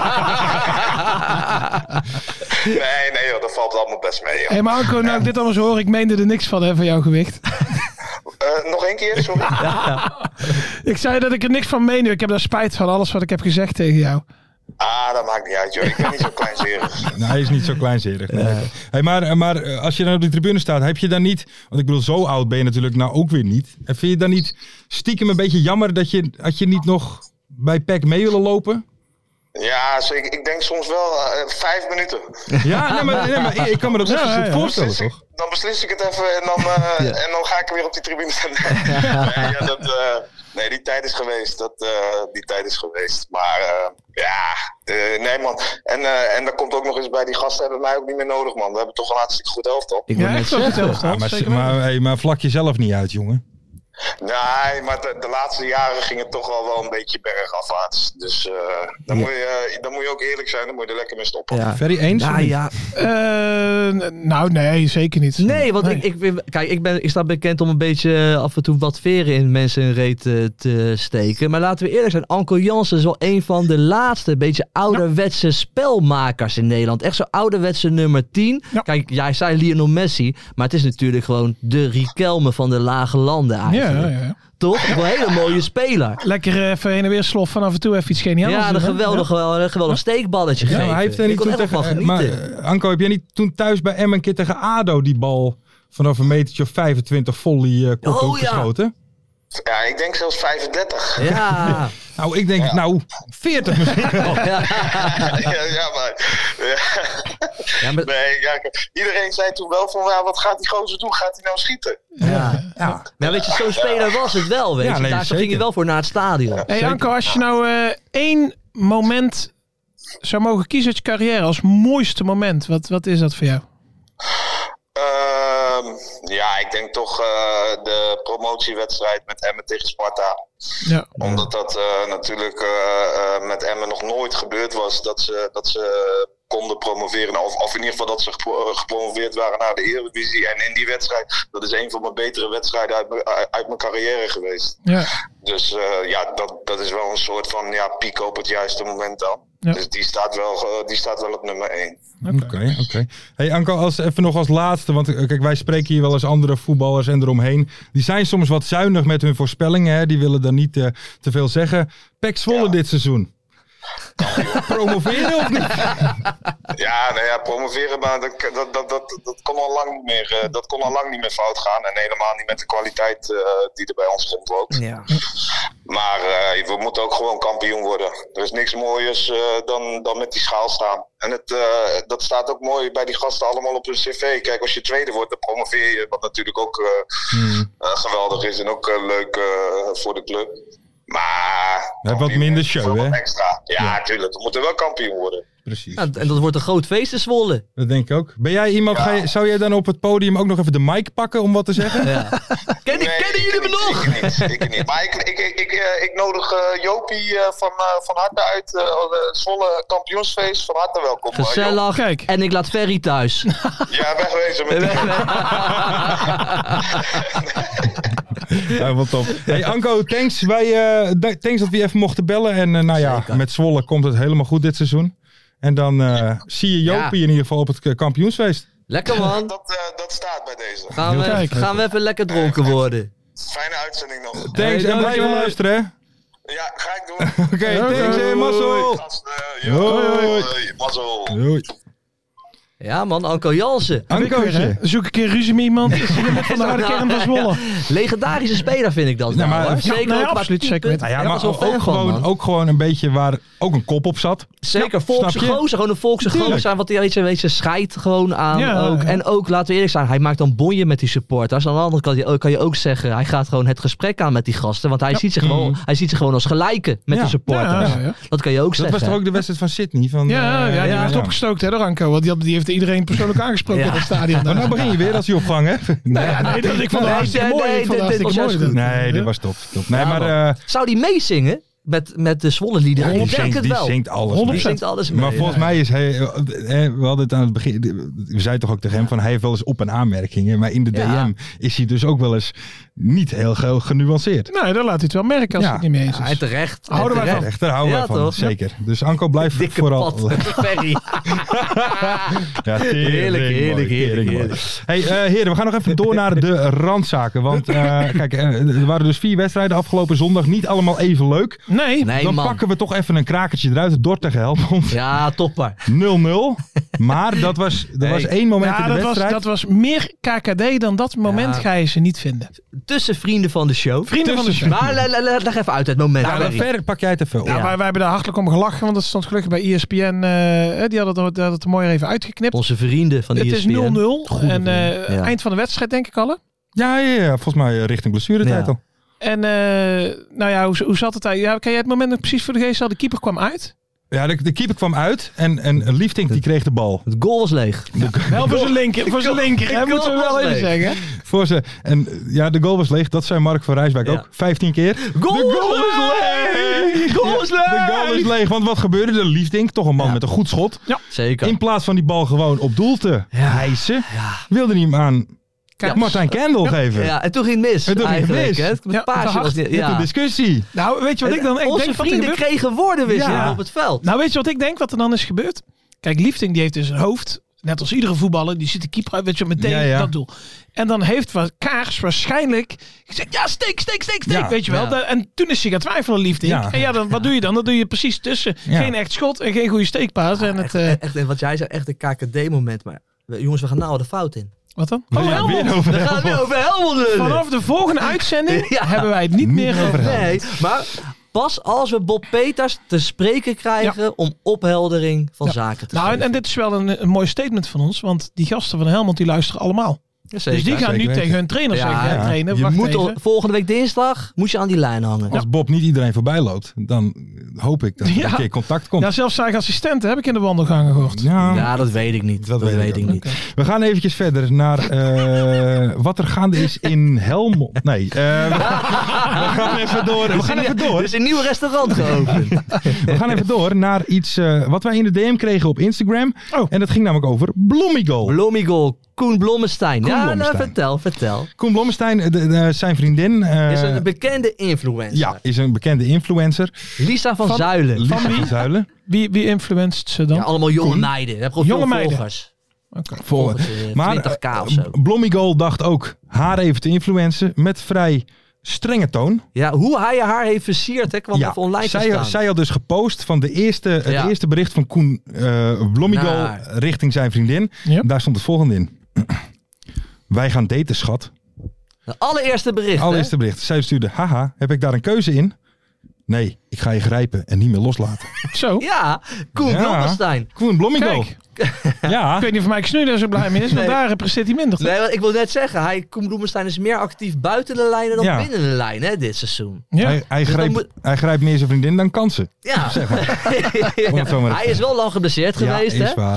nee, nee joh, dat valt allemaal best mee. Joh. Hé, maar Anko, nou ik dit allemaal zo hoor, ik meende er niks van, hè, van jouw gewicht. Uh, nog één keer, sorry. Ik zei dat ik er niks van meende. Ik heb daar spijt van alles wat ik heb gezegd tegen jou. Ah, dat maakt niet uit, joh. Ik ben niet zo kleinzerig. Nou, hij is niet zo kleinzerig. Nee. Uh. Hey, maar, maar als je dan op de tribune staat, heb je dan niet... Want ik bedoel, zo oud ben je natuurlijk nou ook weer niet. En vind je dan niet stiekem een beetje jammer dat je, dat je niet nog bij P E C mee willen lopen? Ja, dus ik, ik denk soms wel uh, vijf minuten. Ja, nee, maar, nee, maar ik kan me dat best ja, ja, voorstellen, dan toch? Ik, dan beslis ik het even en dan, uh, ja. en dan ga ik weer op die tribune staan. nee, ja, dat, uh, nee, die tijd is geweest. Dat, uh, die tijd is geweest. Maar uh, ja, uh, nee man. En, uh, en dat komt ook nog eens bij, die gasten hebben mij ook niet meer nodig, man. We hebben toch een hartstikke goed elftal. Ik wil ja, net zeggen. Ja, maar, maar, hey, maar vlak jezelf niet uit, jongen. Nee, maar de, de laatste jaren ging het toch al wel een beetje bergafwaarts. Dus uh, dan, ja. moet je, uh, dan moet je ook eerlijk zijn, dan moet je er lekker mee stoppen. Ja. Ferry eens? Nou, ja. Uh, nou, nee, zeker niet. Nee, want nee. Ik, ik, kijk, ik, ben, ik sta bekend om een beetje af en toe wat veren in mensen in reet te, te steken. Maar laten we eerlijk zijn, Anko Jansen is wel een van de laatste beetje ouderwetse ja. spelmakers in Nederland. Echt zo'n ouderwetse nummer tien. Ja. Kijk, jij zei Lionel Messi, maar het is natuurlijk gewoon de Riquelme van de lage landen eigenlijk. Ja, ja, ja. Toch? Een hele mooie speler. Lekker even heen en weer slof vanaf en toe even iets geniaals. Ja, een geweldig, ja. geweldig steekballetje gegeven. Ja, hij heeft er niet toen tegen, van maar, uh, Anko, heb jij niet toen thuis bij Emmen een keer tegen ADO die bal vanaf een metertje of vijfentwintig volley uh, kophoek oh, ja. geschoten? Ja, ik denk zelfs vijfendertig. Ja. Nou, ik denk, ja. nou, veertig misschien wel. Ja, ja, ja maar... Ja. Ja, maar... Nee, ja, iedereen zei toen wel van, ja, wat gaat die gozer doen? Gaat hij nou schieten? Ja. ja. Maar weet je, zo'n speler was het wel, weet je. Ja, nee, daar ging je wel voor naar het stadion. Hé hey, Anko, als je nou uh, één moment zou mogen kiezen uit je carrière als mooiste moment, wat, wat is dat voor jou? Uh, ja, ik denk toch uh, de promotiewedstrijd met Emmen tegen Sparta. Ja. Omdat dat uh, natuurlijk uh, uh, met Emmen nog nooit gebeurd was dat ze, dat ze konden promoveren. Of, of in ieder geval dat ze gepro- gepromoveerd waren naar de Eredivisie. En in die wedstrijd, dat is een van mijn betere wedstrijden uit, me, uit mijn carrière geweest. Ja. Dus uh, ja, dat, dat is wel een soort van ja, piek op het juiste moment dan. Ja. Dus die staat wel, die staat wel op nummer één. Oké, okay, oké. Okay. Hey Anko, als, even nog als laatste, want kijk, wij spreken hier wel eens andere voetballers en eromheen. Die zijn soms wat zuinig met hun voorspellingen, hè? Die willen dan niet uh, te veel zeggen. P E C Zwolle ja. dit seizoen. Promoveren of niet? Ja, nou ja, promoveren, maar dat, dat, dat, dat, dat, kon al lang niet meer, uh, dat kon al lang niet meer fout gaan. En helemaal niet met de kwaliteit uh, die er bij ons rondloopt. Ja. Maar uh, we moeten ook gewoon kampioen worden. Er is niks mooiers uh, dan, dan met die schaal staan. En het, uh, dat staat ook mooi bij die gasten allemaal op hun cv. Kijk, als je tweede wordt, dan promoveer je. Wat natuurlijk ook uh, hmm. uh, geweldig is en ook uh, leuk uh, voor de club. Maar... We hebben wat minder show, hè? Extra. Ja, ja, tuurlijk. We moeten wel kampioen worden. Precies. Ja, en dat wordt een groot feest in Zwolle. Dat denk ik ook. Ben jij iemand, ja. ga je, zou jij dan op het podium ook nog even de mic pakken om wat te zeggen? Ja. Ken, nee, kennen jullie me nog? Ik niet, ik niet. Maar ik, ik, ik, ik, ik nodig uh, Jopie uh, van, uh, van harte uit. Uh, uh, Zwolle kampioensfeest. Van harte welkom. Gezellig. Uh, en ik laat Ferry thuis. Ja, wegwezen met Ja, wat top. Hey Anko, thanks, wij, uh, thanks dat we even mochten bellen. En uh, nou ja, Zeker. Met Zwolle komt het helemaal goed dit seizoen. En dan uh, ja. zie je Jopie ja. in ieder geval op het uh, kampioensfeest. Lekker man. Dat, uh, dat staat bij deze. Gaan we, even, gaan we even lekker dronken hey, worden. Fijne uitzending nog. Thanks hey, en blijf luisteren hè. Ja, ga ik doen. Oké, okay, okay, thanks en mazzel. Hoi. Mazzel. Hoi. Ja man, Anko Jansen. Ankootje. Zoek een keer ruzie met iemand. Is hij met van de harde kern van Zwolle. Legendarische speler vind ik dat. Nou, maar, nou, zeker nee, absoluut. Zeker met. Nou ja, maar ook, ook, gewoon, ook gewoon een beetje waar ook een kop op zat. Zeker, ja, volkse gozer. Gewoon een volkse gozer. Want die weet je, weet je, scheidt gewoon aan. Ja, ook. Ja. En ook, laten we eerlijk zijn, hij maakt dan bonje met die supporters. Aan de andere kant kan je ook zeggen, hij gaat gewoon het gesprek aan met die gasten. Want hij, ja. ziet, zich gewoon, mm. hij ziet zich gewoon als gelijke met ja. de supporters. Ja, ja, ja. Dat kan je ook dat zeggen. Dat was toch ook de wedstrijd van Sydney? Van, ja, uh, ja, die ja, werd ja. opgestookt hè, door Anko. Want die, die heeft iedereen persoonlijk aangesproken ja. in het stadion. Maar nou begin je weer als hij opvang, hè? Nee, ja, nee, dat ik vond het hartstikke mooi. Nee, dit, dit was mooi. Nee, dit was top. top. Nee, ja, maar, uh, zou die meezingen? Met, met de Zwolle liederen. Ja, die, zingt, zingt, die zingt alles mee. Die zingt alles mee. Maar volgens ja. mij is hij... We hadden het aan het begin... We zeiden toch ook tegen hem van hij heeft wel eens op- en aanmerkingen. Maar in de ja. D M is hij dus ook wel eens niet heel genuanceerd. Nee, dan laat hij het wel merken als ja. het niet mee eens is. Ja, terecht. Houden wij van. Terecht, daar houden wij van. Zeker. Dus Anko blijft Dikke vooral... Ferry. ja, heerlijk, heerlijk, heerlijk, heerlijk. Hey, uh, heren, we gaan nog even door naar de randzaken. Want uh, kijk, uh, er waren dus vier wedstrijden afgelopen zondag. Niet allemaal even leuk. Nee, Nee, dan man. pakken we toch even een krakertje eruit. Dort tegen Helmond. Ja, topper. nul nul. Maar dat was, er was Nee. één moment ja, in de dat, was, wedstrijd. dat was meer K K D dan dat moment Ja. ga je ze niet vinden. Tussen vrienden van de show. Vrienden van de show. Maar le- le- le- leg even uit het moment. Nou, Barry. verder pak jij het even op. Ja, wij, wij hebben daar hartelijk om gelachen, want dat stond gelukkig bij E S P N. eh, die hadden het, die hadden het er mooi even uitgeknipt. Onze vrienden van Het E S is P N. nul nul. Goede En eh, vrienden, ja. eind van de wedstrijd denk ik al. Hè? Ja, ja, ja, volgens mij eh, richting blessuretijd Ja. al. En uh, nou ja, hoe, hoe zat het daar? Ja, kan jij het moment nog precies voor de geest halen? De keeper kwam uit. Ja, de, de keeper kwam uit en, en Liefdink die kreeg de bal. Het goal was leeg. De, Wel voor zijn linker, voor zijn linker. Hè, moeten we wel even zeggen. Voor ze. En ja, de goal was leeg. Dat zei Mark van Rijswijk Ja. ook. vijftien keer. Goal de goal is leeg! De goal is leeg! De goal is leeg. Want wat gebeurde? De Liefdink, toch een man Ja. met een goed schot. Zeker. In plaats van die bal gewoon op doel te hijsen, wilde hij hem aan Kijk, Martijn Kendall geven. Ja, en toen ging het mis. En toen ging het eigenlijk, mis. hè. Het Ja, paasje te hard. was niet- Met een ja. discussie. Nou, weet je wat ik dan ik Onze denk? Wat er vrienden gebeurt? kregen woordenwisseling Ja. op het veld. Nou, weet je wat ik denk wat er dan is gebeurd? Kijk, Liefding die heeft dus een hoofd. Net als iedere voetballer. Die ziet de keeper uit. Weet je, meteen Ja, ja. dat doel. En dan heeft wat Kaars waarschijnlijk gezegd. Ja, steek, steek, steek, steek. Ja. Weet je wel. Ja. Da- En toen is hij gaan twijfelen, Liefding. Ja. En ja, dan, wat doe je dan? Dan doe je precies tussen. Ja. Geen echt schot en geen goede steekpaas. En het, Echt, eh, echt, en wat jij zei, echt een K K D-moment. Maar we- jongens, we gaan nou al de fout in. wat dan? Ja, Oh, Helmond. weer over We gaan Helmond. nu over Helmond lullen. Vanaf de volgende uitzending Ja. hebben wij het niet, Niet meer meer over over Helmond. Nee, maar pas als we Bob Peters te spreken krijgen om opheldering van Ja. zaken te Nou, en, geven. en dit is wel een, een mooi statement van ons. Want die gasten van Helmond die luisteren allemaal. Ja, zeker. Dus die gaan zeker nu weten. tegen hun trainer Ja, zeggen. ja. Ja, trainer, Je wacht moet even. al- volgende week dinsdag moet je aan die lijn hangen. Als Bob niet iedereen voorbij loopt, dan hoop ik dat er Ja. een keer contact komt. Ja, zelfs zijn assistenten heb ik in de wandelgangen gehoord. Ja, Ja, dat weet ik niet. Dat Dat, weet weet, ik ik ook. niet. we gaan eventjes verder naar eh, wat er gaande is in Helmond. Nee, eh, we, we gaan even door. We gaan even door. Er is een nieuw restaurant geopend. We gaan even door naar iets eh, wat wij in de D M kregen op Instagram. Oh. En dat ging namelijk over Blommigol. Blommigol, Koen Blommestein. Koen ja, nou, Blommestein. vertel, vertel. Koen Blommestein, de, de- zijn vriendin. eh, Is een bekende influencer. ja, is een bekende influencer. Lisa van, Van- Zuilen. Lisa wie? van Zuilen. Wie, wie influenced ze dan? Ja, allemaal jonge Koen. meiden. Ze hebben gewoon Jonge veel meiden. volgers. Oké. Voor, Volgens, eh, maar twintig k of eh, zo. Blommigol dacht ook haar even te influencen met vrij strenge toon. Ja, hoe hij haar heeft versierd, hè, kwam Ja, even online te zij, staan. zij had dus gepost van de eerste, het Ja. eerste bericht van Koen uh, Blommigol Naar. richting zijn vriendin. Ja. Daar stond het volgende in. Wij gaan daten, schat. De allereerste bericht, hè? Allereerste bericht. Zij stuurde, haha, heb ik daar een keuze in? Nee, ik ga je grijpen en niet meer loslaten. Zo. Ja, Koen Ja. Blommestein. Koen Blommigol. Kijk, Ja. ik weet niet of Mike Snu daar zo blij mee is, want Nee. daar presteert hij minder. Nee, want ik wil net zeggen, hij, Koen Blommestein is meer actief buiten de lijnen dan Ja. binnen de lijn, hè, dit seizoen. Ja. Hij, hij, Dus dan grijpt, moet- hij grijpt meer zijn vriendin dan kansen. Ja. Zeg maar. Om het zo maar te Hij is wel lang geblesseerd Ja, geweest, is hè? waar.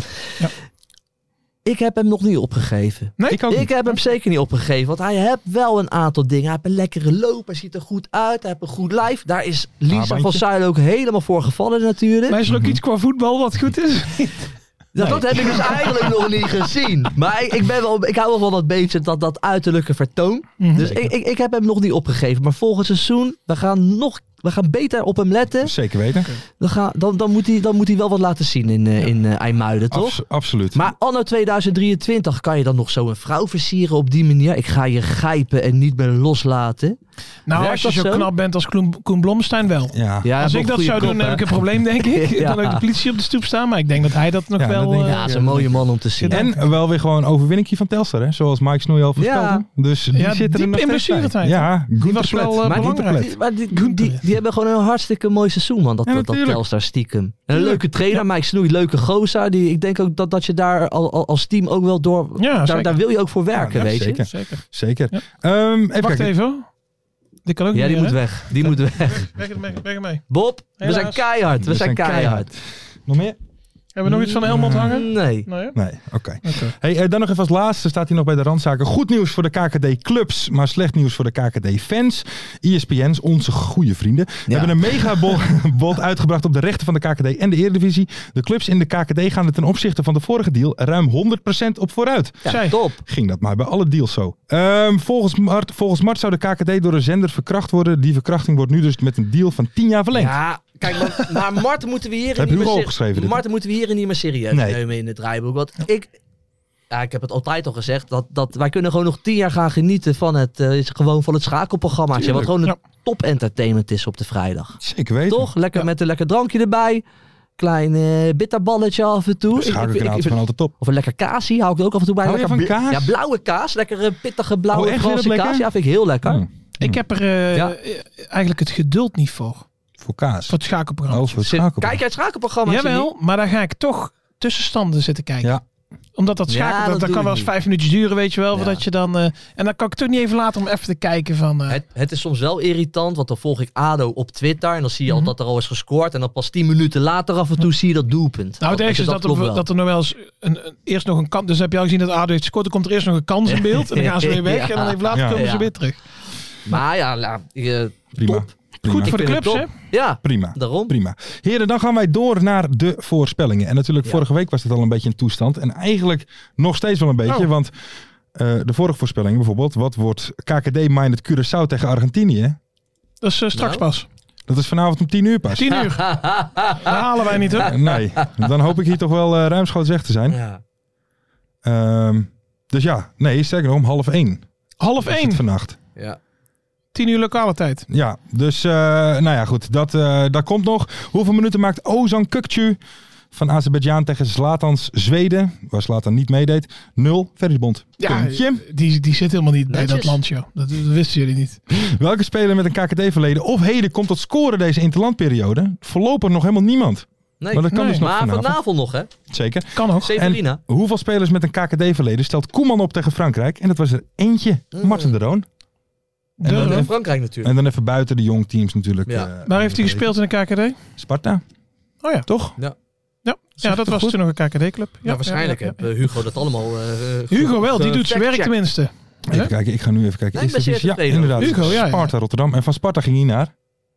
Ik heb hem nog niet opgegeven. Nee? Ik ook Ik niet. heb hem zeker niet opgegeven, want hij heeft wel een aantal dingen. Hij heeft een lekkere loop, hij ziet er goed uit, hij heeft een goed lijf. Daar is Lisa Haarbandje. van Zuilen ook helemaal voor gevallen natuurlijk. Maar is er ook iets qua voetbal wat goed is? Dat, dat heb ik dus eigenlijk nog niet gezien. Maar ik, ik, ben wel, ik hou wel van dat beetje dat, dat uiterlijke vertoon. Mhm. Dus ik, ik, ik heb hem nog niet opgegeven. Maar volgend seizoen, we gaan, nog, we gaan beter op hem letten. Zeker weten. We gaan, dan, dan, moet hij, dan moet hij wel wat laten zien in, uh, in uh, IJmuiden, toch? Abs- absoluut. Maar anno tweeduizend drieëntwintig kan je dan nog zo een vrouw versieren op die manier. Ik ga je grijpen en niet meer loslaten. Nou, Werkt als je dat zo zo? knap bent als Koen, Koen Blomstein wel. ja. Ja, Als hij ik heeft dat ook zou goede doen, kop, heb ik hè? een probleem, denk ik. Ja. Dan heb ik de politie op de stoep staan. Maar ik denk dat hij dat nog Ja, wel... dat denk ik. eh, Ja, dat is een mooie man om te zien. En wel weer gewoon een overwinningje van Telstar, hè? Zoals Mike Snoei al voorspelde. Ja. Dus die Ja, zit er diep nog in steeds bij. blessuretijd, Ja, Die was wel uh, Maar die- belangrijk. Die, maar die, die, die, die hebben gewoon een hartstikke mooi seizoen, man. Dat, Ja, dat, dat natuurlijk. Telstar stiekem. En een Tuurlijk. leuke trainer, Mike Snoei, leuke gozer. Die, ik denk ook dat, dat je daar al, al, als team ook wel door... Ja, daar, zeker. daar wil je ook voor werken, Ja, weet zeker. je. Zeker. Zeker. Ja. Ehm, even Wacht kijken. even hoor. Die kan ook Ja, niet die meer, moet hè? weg. Die moet weg. Weg ermee, weg ermee. Bob, we Helaas. zijn keihard. We, We zijn zijn keihard. Nog meer? Hebben we nog iets van Helmond hangen? Nee. Nee, hè? Nee, oké. Oké. Hey, eh, dan nog even als laatste staat hier nog bij de randzaken. Goed nieuws voor de K K D-clubs, maar slecht nieuws voor de K K D-fans. E S P N's, onze goede vrienden, Ja. hebben een megabod uitgebracht op de rechten van de K K D en de Eredivisie. De clubs in de K K D gaan er ten opzichte van de vorige deal ruim honderd procent op vooruit. Ja, Zij. top. Ging dat maar bij alle deals zo. Ehm, volgens, Mart, volgens Mart zou de K K D door een zender verkracht worden. Die verkrachting wordt nu dus met een deal van tien jaar verlengd. Ja, kijk, maar, maar Marten moeten we hier Heb niet je meer Hugo ser- opgeschreven dit? Marten moeten we hier niet meer serieus Nee. nemen in het draaiboek. Want ik, ja, ik heb het altijd al gezegd, dat, dat wij kunnen gewoon nog tien jaar gaan genieten van het, eh, gewoon van het schakelprogrammaatje. Wat Tuurlijk. gewoon een top entertainment is op de vrijdag. Zeker weten. Toch? Lekker Ja. met een lekker drankje erbij. Klein uh, bitterballetje af en toe. De schakelkanaal is gewoon altijd top. Of een lekker kaasie hou ik er ook af en toe bij. Hou je lekker van bla- kaas? Ja, blauwe kaas. Lekker uh, pittige blauwe Oh, echt? Vind je Franse dat kaas. lekker? Ja, vind ik heel lekker. Hmm. Ik heb er uh, Ja. eigenlijk het geduld niet voor. Voor kaas. Voor het schakelprogramma. Oh, voor het Zit- schakelprogramma. Kijk jij het schakelprogramma? Jawel, maar dan ga ik toch tussenstanden zitten kijken. Ja. Omdat dat Ja, schakelen, dat dat, dat doe kan wel ik eens niet. vijf minuutjes duren, weet je wel. Ja. Voordat je dan, uh, en dan kan ik toch niet even laten om even te kijken van... Uh, Het, het is soms wel irritant, want dan volg ik A D O op Twitter en dan zie je al Mhm. dat er al is gescoord. En dan pas tien minuten later af en toe zie je dat doelpunt. nou, het Dat- ergste is dat, klopt er, wel. dat er nog wel eens een, een- eerst nog een kans... Dus heb je al gezien dat A D O heeft gescoord, dan komt er eerst nog een kans in beeld. En dan gaan ze weer weg Ja. en dan even later Ja. komen Ja. ze weer terug. Maar ja, la, eh, Prima. top. Prima. Goed voor de Ik vind clubs, het hè? top. Ja, Prima. daarom. Prima. Heren, dan gaan wij door naar de voorspellingen. En natuurlijk, Ja. vorige week was het al een beetje een toestand. En eigenlijk nog steeds wel een beetje. Oh. Want uh, de vorige voorspelling bijvoorbeeld. Wat wordt K K D-minded Curaçao tegen Argentinië? Dat is uh, straks Nou. pas. Dat is vanavond om tien uur pas. Tien uur. Dat halen wij niet, hoor. Nee, dan hoop ik hier toch wel uh, ruimschoots weg te zijn. Ja. Uh, dus ja, nee, sterker nog om half één. Half is het één. vannacht. Ja. Tien uur lokale tijd. Ja, dus uh, nou ja, goed. Dat, uh, dat komt nog. Hoeveel minuten maakt Ozan Kukcu van Azerbeidzjan tegen Zlatans Zweden? Waar Zlatan niet meedeed. Nul. Ferrybond. Ja, Puntje. die, die zit helemaal niet bij Netjes. dat land, joh. Dat, dat wisten jullie niet. Welke speler met een K K D-verleden of heden komt tot scoren deze interlandperiode? Voorlopig nog helemaal niemand. Nee, Maar dat kan nee. dus nog maar vanavond. vanavond nog, hè? Zeker. Kan ook. Severina. En hoeveel spelers met een K K D-verleden stelt Koeman op tegen Frankrijk? En dat was er eentje. Mm. Martin de Roon. En dan, De- In even, Frankrijk natuurlijk. en dan even buiten de jong teams natuurlijk. Ja. uh, Waar heeft hij gespeeld in de K K D? Sparta. Oh ja. Toch? Ja, Zeg ja dat toch was goed? toen nog een K K D-club. Ja, Ja, waarschijnlijk ja, ja, ja. heeft uh, Hugo dat allemaal... uh, Hugo wel, die doet zijn werk fact-check. tenminste. Even Hè? kijken, ik ga nu even kijken. Nee, ik ben Eerste zeer divisie. Ja, tevreden. inderdaad. Hugo, ja, ja. Sparta Rotterdam. En van Sparta ging hij naar...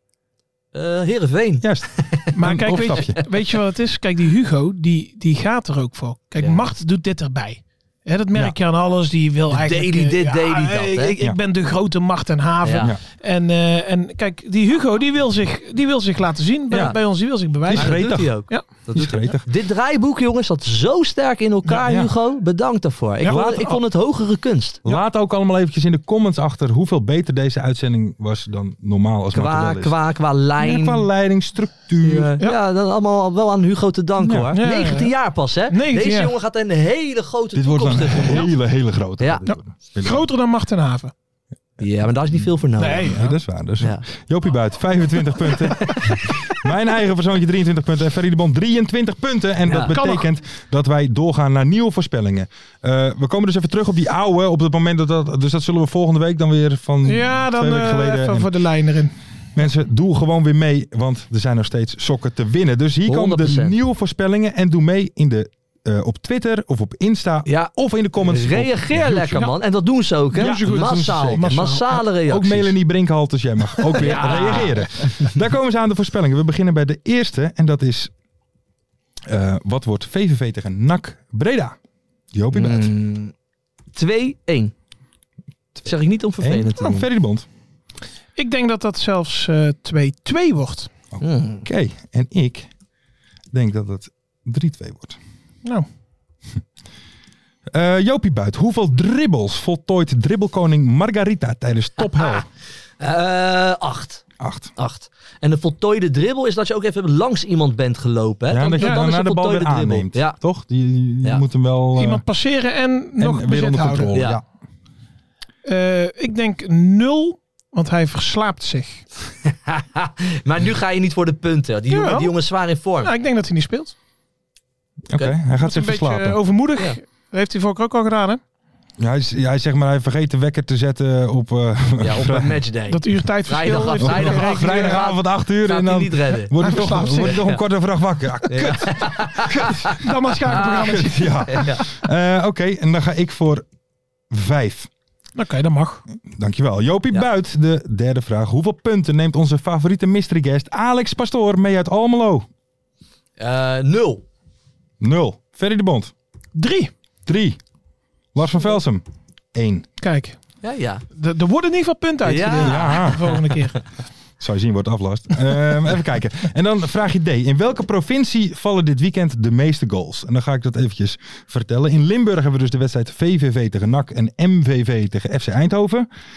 Uh, Heerenveen. Juist. Maar Een kijk, weet je, overstapje. weet je wat het is? Kijk, die Hugo, die, die gaat er ook voor. Kijk, Ja. Mart doet dit erbij. Hè, dat merk je aan alles. Die wil De eigenlijk... daily eh, dit, ja, daily dat, Ik, hè? ik, Ja. ik ben de grote Mart en Haven. Ja. Ja. En, uh, en kijk, die Hugo, die wil zich, die wil zich laten zien bij, Ja. bij ons. Die wil zich Maar bewijzen. dat doet gretig. hij ook. Ja. Dat Die is doet hij. gretig. Dit draaiboek, jongens, zat zo sterk in elkaar, Ja, ja. Hugo. Bedankt daarvoor. Ik, Ja, vond, laat- ik vond het hogere kunst. Laat ook allemaal eventjes in de comments achter hoeveel beter deze uitzending was dan normaal als Qua, Martin is. qua, qua lijn. Ja, qua leiding, structuur. Ja, ja, dat allemaal wel aan Hugo te danken, Ja. hoor. Ja, ja, ja. negentien jaar pas, hè? negentien Deze jaar. jongen gaat een hele grote Dit wordt toekomst een tegemoet. hele, hele grote. Ja. Dit wordt een- Groter dan Mart en Haven. Ja, maar daar is niet veel voor nodig. Nee, Ja, dat is waar. Dus. Ja. Jopie Buit, vijfentwintig punten. Mijn eigen persoontje, drieëntwintig punten. En Ferry de Bond, drieëntwintig punten. En Ja. dat Kan betekent dat wij doorgaan naar nieuwe voorspellingen. Uh, we komen dus even terug op die oude. Op het moment dat dat... Dus dat zullen we volgende week dan weer van Ja, dan twee weken uh, geleden. even En voor de lijn erin. mensen, doe gewoon weer mee. Want er zijn nog steeds sokken te winnen. Dus hier komen honderd de procent. nieuwe voorspellingen. En doe mee in de, uh, op Twitter of op Insta. Ja. Of in de comments. op Reageer YouTube. lekker, Ja. man. En dat doen ze ook, hè? Ja, ze goed, dat doen ze Massaal. zeker. Massaal. Massale reacties. Ook Melanie Brinkhalters, jij mag ook weer Ja. reageren. Daar komen ze aan de voorspellingen. We beginnen bij de eerste. En dat is... Uh, wat wordt V V V tegen N A C Breda? Jopie Buit. Mm, twee één. Zeg ik niet om vervelend te Oh, doen. Ferry de Bond. Ik denk dat dat zelfs uh, twee twee wordt. Mm. Oké. Okay. En ik denk dat het drie twee wordt. Nou, Uh, Jopie Buit. Hoeveel dribbles voltooit dribbelkoning Margarita tijdens Top Hell? Uh, acht. Acht. Acht. En de voltooide dribbel is dat je ook even langs iemand bent gelopen. Hè? Ja, Dan, dat je dan dan is naar een de bal weer voltooide dribbel. aanneemt. Ja. Toch? Je, je Ja. moet hem wel... Uh, iemand passeren en nog en weer bezit onder houden. controle. Ja. Uh, Ja. ik denk nul, want hij verslaapt zich. Maar nu ga je niet voor de punten. Die jongen, Jawel. die jongen is zwaar in vorm. Nou, ik denk dat hij niet speelt. Oké, okay. Hij gaat Dat is zich een beetje verslapen. uh, overmoedig. Ja. Dat heeft hij vorige ook al gedaan, hè? Ja, hij, is- ja, hij zegt maar, hij vergeet de wekker te zetten op... Uh, Ja, op een matchday. Dat uur tijdverschil. Vrijdag- heeft hij vrijdag- gerekend. vrijdagavond acht uur Gaat en hij dan niet redden. word Hij ik toch, verslaapt zich. word ik toch een kwart over acht wakker. Ja, kut. Ja. Dan maar schakelprogramma. Ja. Ja. Uh, Oké, okay, en dan ga ik voor vijf. Oké, okay, dat mag. Dankjewel. Jopie Ja. Buit, de derde vraag. Hoeveel punten neemt onze favoriete mystery guest Alex Pastoor mee uit Almelo? Uh, nul. Nul. Ferry de Bond. Drie. Drie. Lars van Velsum. Eén. Kijk, Ja, ja. er er worden in ieder geval punten uitgedeeld. Ja. De volgende keer. Zou je zien, wordt aflast. um, even kijken. En dan vraagje D. In welke provincie vallen dit weekend de meeste goals? En dan ga ik dat eventjes vertellen. In Limburg hebben we dus de wedstrijd V V V tegen N A C en M V V tegen F C Eindhoven.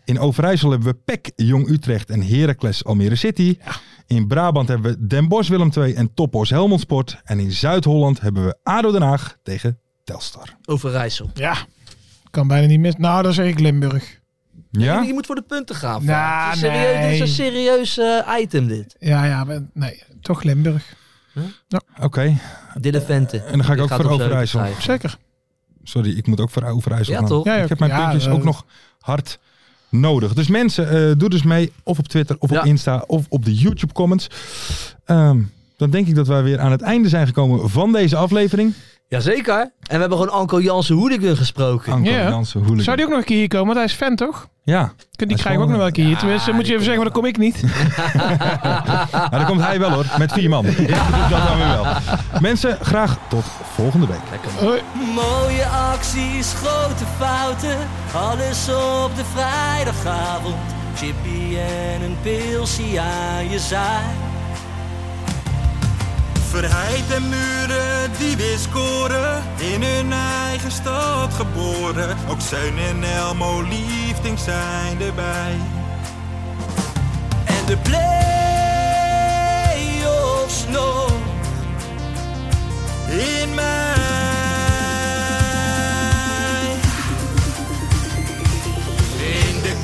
In Overijssel hebben we P E C, Jong Utrecht en Heracles Almere City. Ja. In Brabant hebben we Den Bosch Willem twee en Topos Helmond Sport. En in Zuid-Holland hebben we A D O Den Haag tegen Telstar. Overijssel. Ja, kan bijna niet mis. Nou, dan zeg ik Limburg. Ja? Je, je moet voor de punten gaan. Nah, het is serieus, nee. dit is een serieus uh, item dit. Ja, ja, maar nee, toch Limburg. Huh? Ja. Oké. Okay. Dit de Vente. En dan ga ik dit ook voor Overijssel. Zeker. Sorry, ik moet ook voor Overijssel ja, gaan. Toch? Ja, ik heb mijn ja, puntjes uh, ook nog hard nodig. Dus mensen, uh, doe dus mee of op Twitter of ja. op Insta of op de YouTube comments. Um, dan denk ik dat wij weer aan het einde zijn gekomen van deze aflevering. Jazeker. En we hebben gewoon Anko Jansen Hooligan gesproken. Anko ja. Jansen Hooligan. Zou die ook nog een keer hier komen? Want hij is fan, toch? Ja. Die krijgen we ook nog wel een keer hier. Tenminste, ja, moet je even zeggen, maar dan kom ik niet. Nou, dan komt hij wel hoor, met vier man. Ja. Dus dat dan weer wel. Mensen, graag tot volgende week. Lekker. Hoi. Mooie acties, grote fouten. Alles op de vrijdagavond. Chippy en een pilsie aan je zaai. Verheid en Muren die weer scoren, in hun eigen stad geboren. Ook Zeun en Elmo Liefding zijn erbij. En de play-offs nog in mei. In de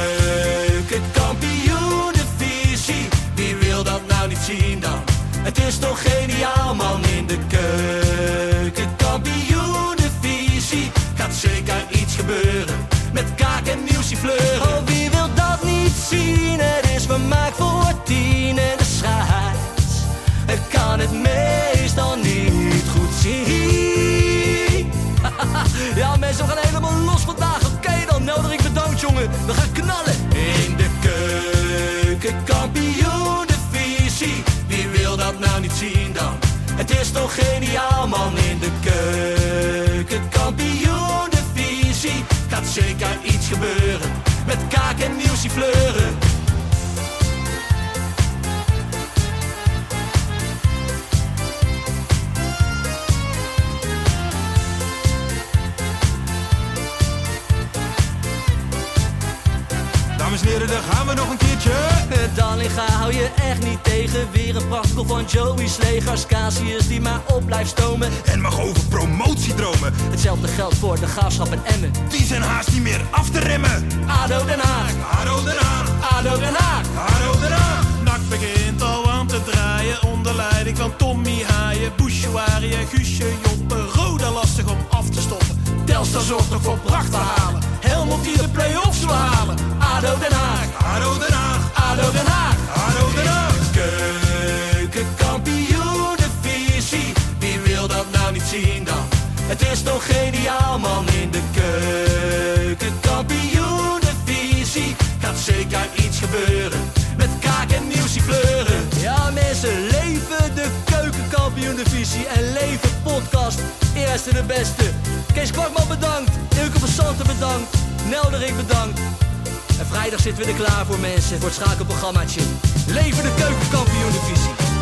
keukenkampioenenvisie, wie wil dat nou niet zien dan? Het is toch geniaal man, in de keukenkampioenenvisie gaat zeker iets gebeuren met kaak en nieuwsie fleuren. Oh, wie wil dat niet zien? Het is vermaakt voor tien en de scheids. Ik kan het meestal niet goed zien. Ja mensen, we gaan helemaal los vandaag. Oké okay, dan, nodig ik bedankt jongen. We gaan knallen. In de keukenkampioenenvisie. Wie wil dat nou niet zien dan? Het is toch geniaal man, in de keukenkampioenenvisie gaat zeker iets gebeuren met kaak en nieuwsie fleuren. Dames en heren, daar gaan we nog een keertje. Dallinga hou je echt niet tegen. Weer een prachtkel van Joey's legers. Casius die maar op blijft stomen. En mag over promotiedromen. Hetzelfde geldt voor de Graafschap en Emmen. Die zijn haast niet meer af te remmen. A D O Den Haag. A D O Den Haag. A D O Den Haag. A D O Den Haag. N A C begint al aan te draaien. Onder leiding van Tommy Haaien. Bouchouari en Guusje Joppen. Roda lastig om af te stoppen. Telstar zorgt nog voor pracht te halen. Helmond die de play-offs wil halen. A D O Den Haag. A D O Den Haag. A D O Den Haag. A D O Den Haag. Keukenkampioenenvisie. Wie wil dat nou niet zien dan? Het is toch geniaal man, in de keukenkampioenenvisie gaat zeker iets gebeuren met kaak en nieuwsie fleuren. Ja mensen, leven de keukenkampioenenvisie en leven podcast. Eerste de beste. Kees Kwakman bedankt, Ilke van Santen bedankt, Nelderik bedankt. En vrijdag zitten we er klaar voor mensen, voor het schakelprogrammaatje. Leven de keukenkampioenenvisie.